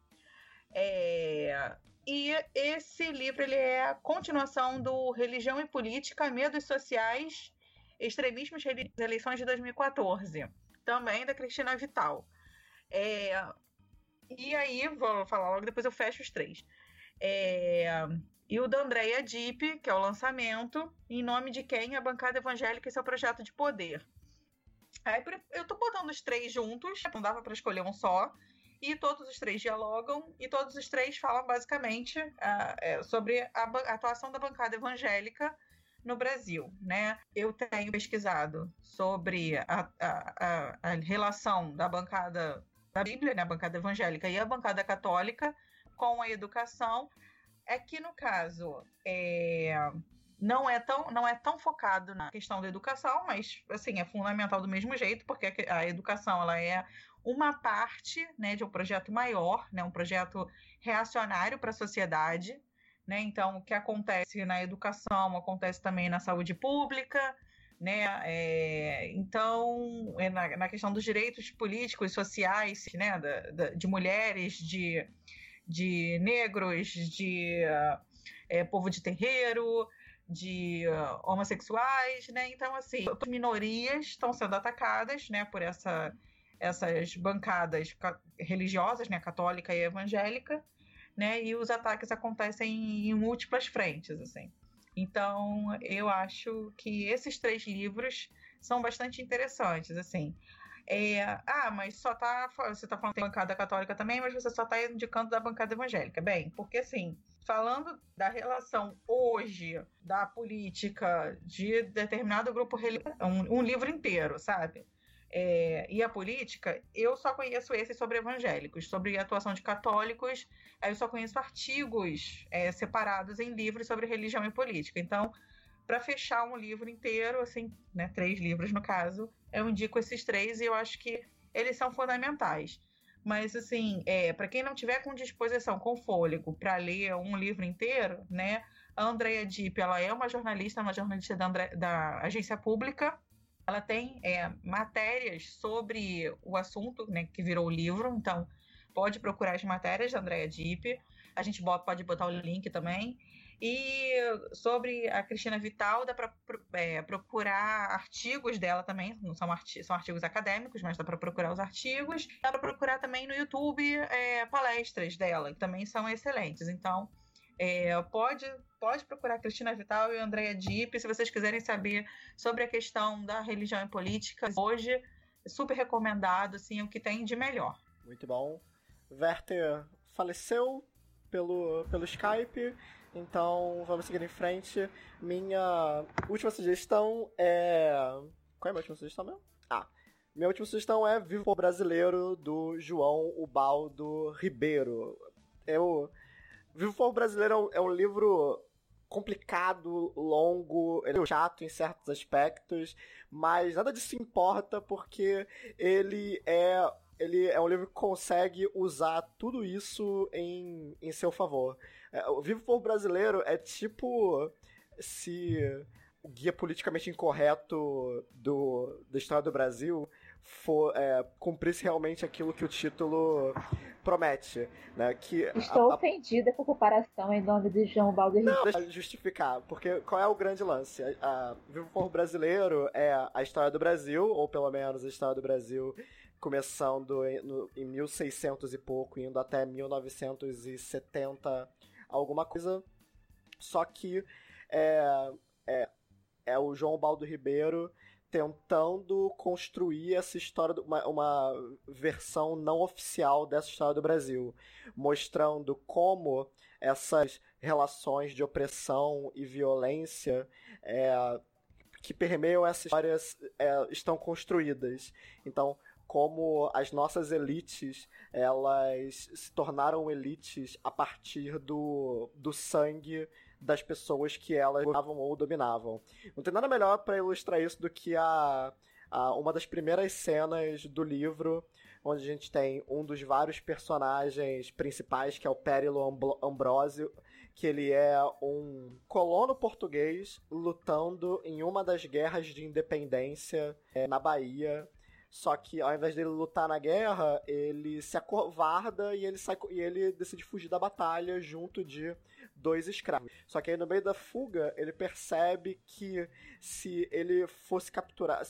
E esse livro ele é a continuação do Religião e Política, Medos Sociais, Extremismos e Eleições de 2014, também da Cristina Vital. E aí, vou falar logo, depois eu fecho os 3. E o da Andrea Dipp, que é o lançamento, Em Nome de Quem? A Bancada Evangélica e seu Projeto de Poder. Aí eu tô botando os três juntos, não dava para escolher um só, e todos os três dialogam, e todos os três falam basicamente sobre a atuação da bancada evangélica no Brasil, né? Eu tenho pesquisado sobre a relação da bancada da Bíblia, né, a bancada evangélica e a bancada católica com a educação, é que no caso não é tão focado na questão da educação, mas assim, é fundamental do mesmo jeito, porque a educação ela é uma parte, né, de um projeto maior, né, um projeto reacionário para a sociedade, né? Então, o que acontece na educação acontece também na saúde pública, né? Então, na questão dos direitos políticos e sociais, né, de mulheres, de negros, de povo de terreiro, de homossexuais, né? Então, assim, minorias estão sendo atacadas, né, por essas bancadas religiosas, né, católica e evangélica, né? E os ataques acontecem em múltiplas frentes, assim. Então, eu acho que esses três livros são bastante interessantes, assim. Mas você está falando da bancada católica também, mas você só está indicando da bancada evangélica. Bem, porque assim, falando da relação hoje da política de determinado grupo religioso, um livro inteiro, sabe? E a política, eu só conheço esse sobre evangélicos, sobre a atuação de católicos, eu só conheço artigos separados em livros sobre religião e política. Então, para fechar um livro inteiro, assim, né, 3 livros no caso, eu indico esses 3 e eu acho que eles são fundamentais. Mas, assim, para quem não tiver com disposição, com fôlego, para ler um livro inteiro, né, a Andrea Dipp, ela é uma jornalista da Agência Pública. Ela tem matérias sobre o assunto, né, que virou o livro, então pode procurar as matérias da Andrea Dipp, a gente pode botar o link também. E sobre a Cristina Vital, dá para procurar artigos dela também, não são artigos acadêmicos, mas dá para procurar os artigos. Dá para procurar também no YouTube palestras dela, que também são excelentes. Então, pode procurar Cristina Vital e Andrea Dipp se vocês quiserem saber sobre a questão da religião e política. Hoje, super recomendado, assim, o que tem de melhor. Muito bom. Werther faleceu pelo Skype, então vamos seguir em frente. Minha última sugestão é... Qual é a minha última sugestão mesmo? Minha última sugestão é Vivo Povo Brasileiro, do João Ubaldo Ribeiro. Vivo Povo Brasileiro é um livro complicado, longo, ele é chato em certos aspectos, mas nada disso importa porque ele é um livro que consegue usar tudo isso em seu favor. O Vivo Povo Brasileiro é tipo se o guia politicamente incorreto da história do Brasil cumprisse realmente aquilo que o título promete, né? Estou ofendida com a comparação em nome de João Baldo Ribeiro. Não, deixa eu justificar, porque qual é o grande lance? Vivo Povo Brasileiro é a história do Brasil, ou pelo menos a história do Brasil começando em 1600 e pouco, indo até 1970, alguma coisa. Só que é o João Baldo Ribeiro tentando construir essa história, uma versão não oficial dessa história do Brasil, mostrando como essas relações de opressão e violência que permeiam essas histórias estão construídas. Então, como as nossas elites, elas se tornaram elites a partir do sangue das pessoas que elas governavam ou dominavam. Não tem nada melhor para ilustrar isso do que uma das primeiras cenas do livro, onde a gente tem um dos vários personagens principais, que é o Périlo Ambrósio, que ele é um colono português lutando em uma das guerras de independência na Bahia. Só que ao invés dele lutar na guerra, ele se acovarda e ele decide fugir da batalha junto de 2 escravos. Só que aí no meio da fuga, ele percebe que se ele fosse capturado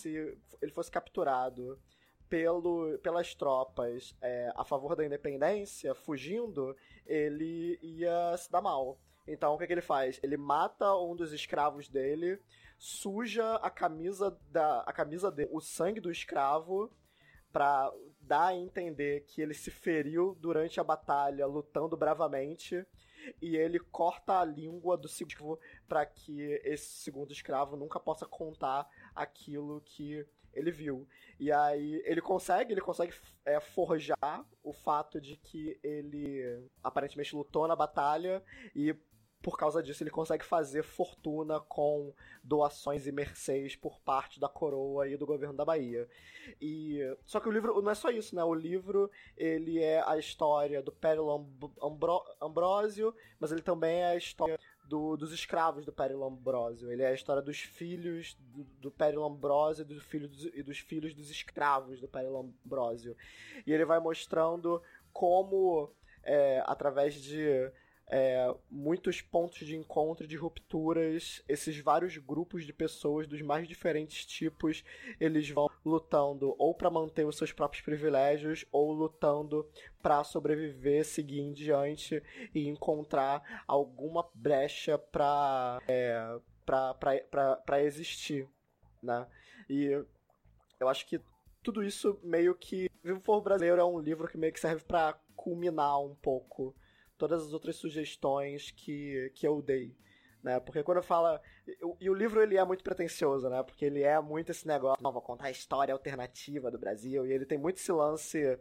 pelas tropas a favor da independência, fugindo, ele ia se dar mal. Então o que ele faz? Ele mata um dos escravos dele, suja a camisa dele, o sangue do escravo, pra dar a entender que ele se feriu durante a batalha lutando bravamente, e ele corta a língua do segundo escravo para que esse segundo escravo nunca possa contar aquilo que ele viu. E aí ele consegue forjar o fato de que ele aparentemente lutou na batalha, e por causa disso ele consegue fazer fortuna com doações e mercês por parte da coroa e do governo da Bahia. Só que o livro não é só isso, né? O livro, ele é a história do Pérola Ambrósio, mas ele também é a história dos escravos do Pérola Ambrósio. Ele é a história dos filhos do Pérola Ambrósio e dos filhos dos escravos do Pérola Ambrósio. E ele vai mostrando como, através de muitos pontos de encontro, de rupturas, esses vários grupos de pessoas dos mais diferentes tipos, eles vão lutando ou para manter os seus próprios privilégios, ou lutando para sobreviver, seguir em diante e encontrar alguma brecha para existir, né? E eu acho que tudo isso meio que... Vivo Povo Brasileiro é um livro que meio que serve para culminar um pouco todas as outras sugestões que eu dei, né? Porque quando eu falo... E o livro, ele é muito pretensioso, né? Porque ele é muito esse negócio, vou contar a história alternativa do Brasil, e ele tem muito esse lance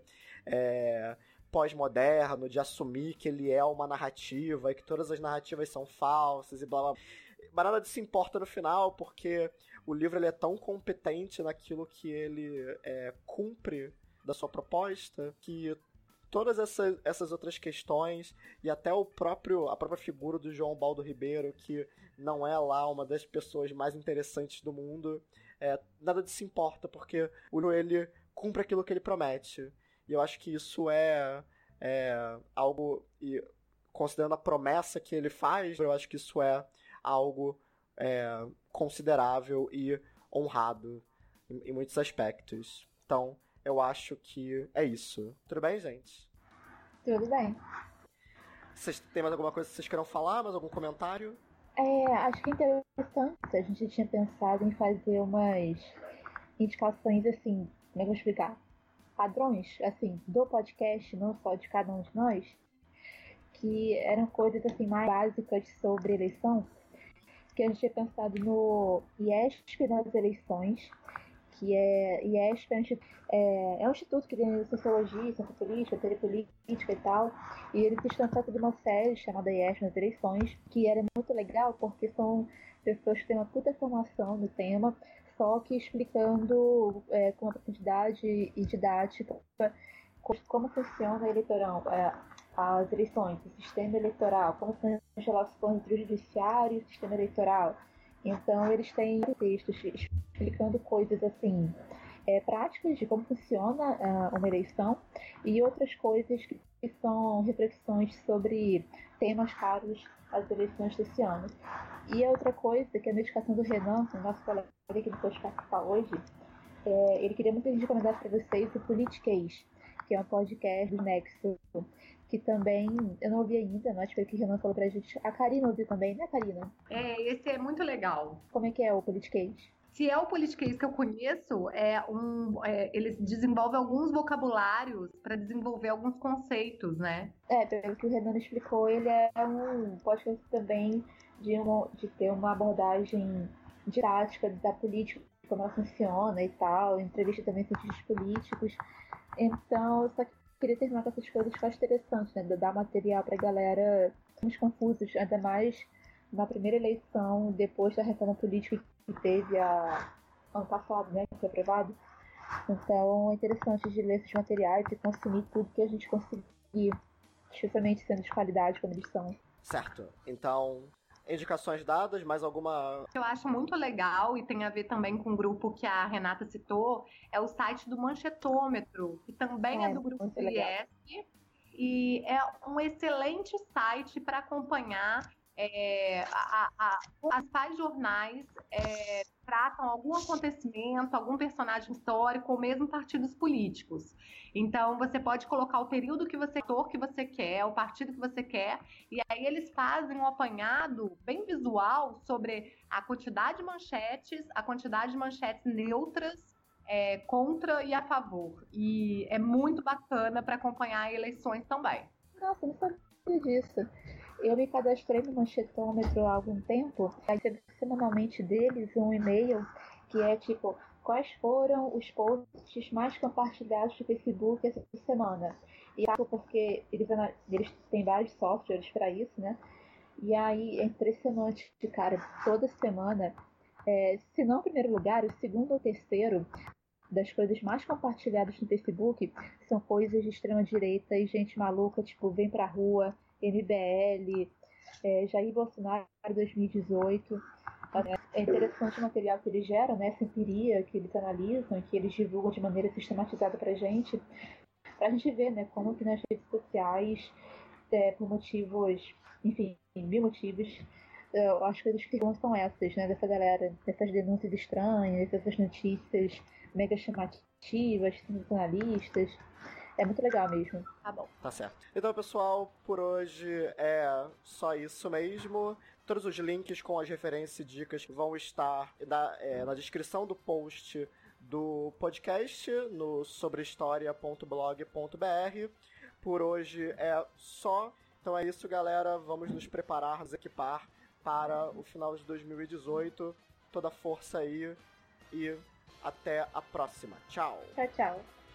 pós-moderno, de assumir que ele é uma narrativa, e que todas as narrativas são falsas, e blá blá. Mas nada disso importa no final, porque o livro, ele é tão competente naquilo que ele cumpre da sua proposta, que todas essas outras questões, e até a própria figura do João Baldo Ribeiro, que não é lá uma das pessoas mais interessantes do mundo, nada disso importa, porque ele cumpre aquilo que ele promete. E eu acho que isso é algo, e considerando a promessa que ele faz, eu acho que isso é algo considerável e honrado em muitos aspectos. Então, eu acho que é isso. Tudo bem, gente? Tudo bem. Vocês têm mais alguma coisa que vocês queiram falar? Mais algum comentário? Acho que é interessante. A gente tinha pensado em fazer umas indicações, assim, como é que eu vou explicar? Padrões, assim, do podcast, não só de cada um de nós, que eram coisas, assim, mais básicas sobre eleição, que a gente tinha pensado no IESP nas eleições, que IESP é um instituto que tem sociologia, ciência política, teoria política e tal, e eles estão fazendo uma série chamada IESP nas eleições, que era muito legal porque são pessoas que têm uma puta formação no tema, só que explicando com uma profundidade e didática como funciona as eleições, o sistema eleitoral, como são as relações entre o judiciário e o sistema eleitoral. Então eles têm textos explicando coisas assim, práticas de como funciona uma eleição, e outras coisas que são reflexões sobre temas caros às eleições desse ano. E a outra coisa, que é a medicação do Renan, o nosso colega que não pôde participar hoje, ele queria muito recomendar para vocês o Politiquês, que é um podcast do Nexo, que também eu não ouvi ainda, mas foi o que o Renan falou pra gente. A Karina ouviu também, né, Karina? Esse é muito legal. Como é que é o Politiquês? Se é o Politiquês que eu conheço, eles desenvolvem alguns vocabulários para desenvolver alguns conceitos, né? Pelo que o Renan explicou, ele é um podcast também de ter uma abordagem didática da política, como ela funciona e tal, entrevista também com cientistas políticos. Então, eu só queria terminar com essas coisas que eu acho interessante, né? Dar material pra galera, uns confusos, ainda mais na primeira eleição, depois da reforma política que teve ano passado, né? Que foi aprovado. Então, é interessante de ler esses materiais e consumir tudo que a gente conseguir, especialmente sendo de qualidade como eles são. Certo. Então, indicações dadas, mais alguma... Eu acho muito legal, e tem a ver também com o grupo que a Renata citou, é o site do Manchetômetro, que também é do grupo do IESP, e é um excelente site para acompanhar as principais jornais retratam algum acontecimento, algum personagem histórico, ou mesmo partidos políticos. Então, você pode colocar o período que você quer, o partido que você quer, e aí eles fazem um apanhado bem visual sobre a quantidade de manchetes neutras, contra e a favor. E é muito bacana para acompanhar eleições também. Nossa, não sabia disso. Eu me cadastrei no Manchetômetro há algum tempo, aí recebo semanalmente deles um e-mail que é tipo, quais foram os posts mais compartilhados no Facebook essa semana? E porque eles têm vários softwares para isso, né? E aí é impressionante, cara, toda semana, se não em primeiro lugar, o segundo ou terceiro das coisas mais compartilhadas no Facebook são coisas de extrema direita e gente maluca, tipo, vem pra rua, MBL, Jair Bolsonaro 2018. É interessante o material que eles geram, né? Essa empiria que eles analisam, que eles divulgam de maneira sistematizada pra gente ver, né, como que nas redes sociais, por motivos, enfim, mil motivos, as coisas que são essas, né, dessa galera, dessas denúncias estranhas, dessas notícias mega chamativas, sensacionalistas. É muito legal mesmo. Tá bom. Tá certo. Então, pessoal, por hoje é só isso mesmo. Todos os links com as referências e dicas vão estar na descrição do post do podcast, no sobrehistoria.blog.br. Por hoje é só. Então é isso, galera. Vamos nos preparar, nos equipar para o final de 2018. Toda força aí e até a próxima. Tchau. Tchau, tchau.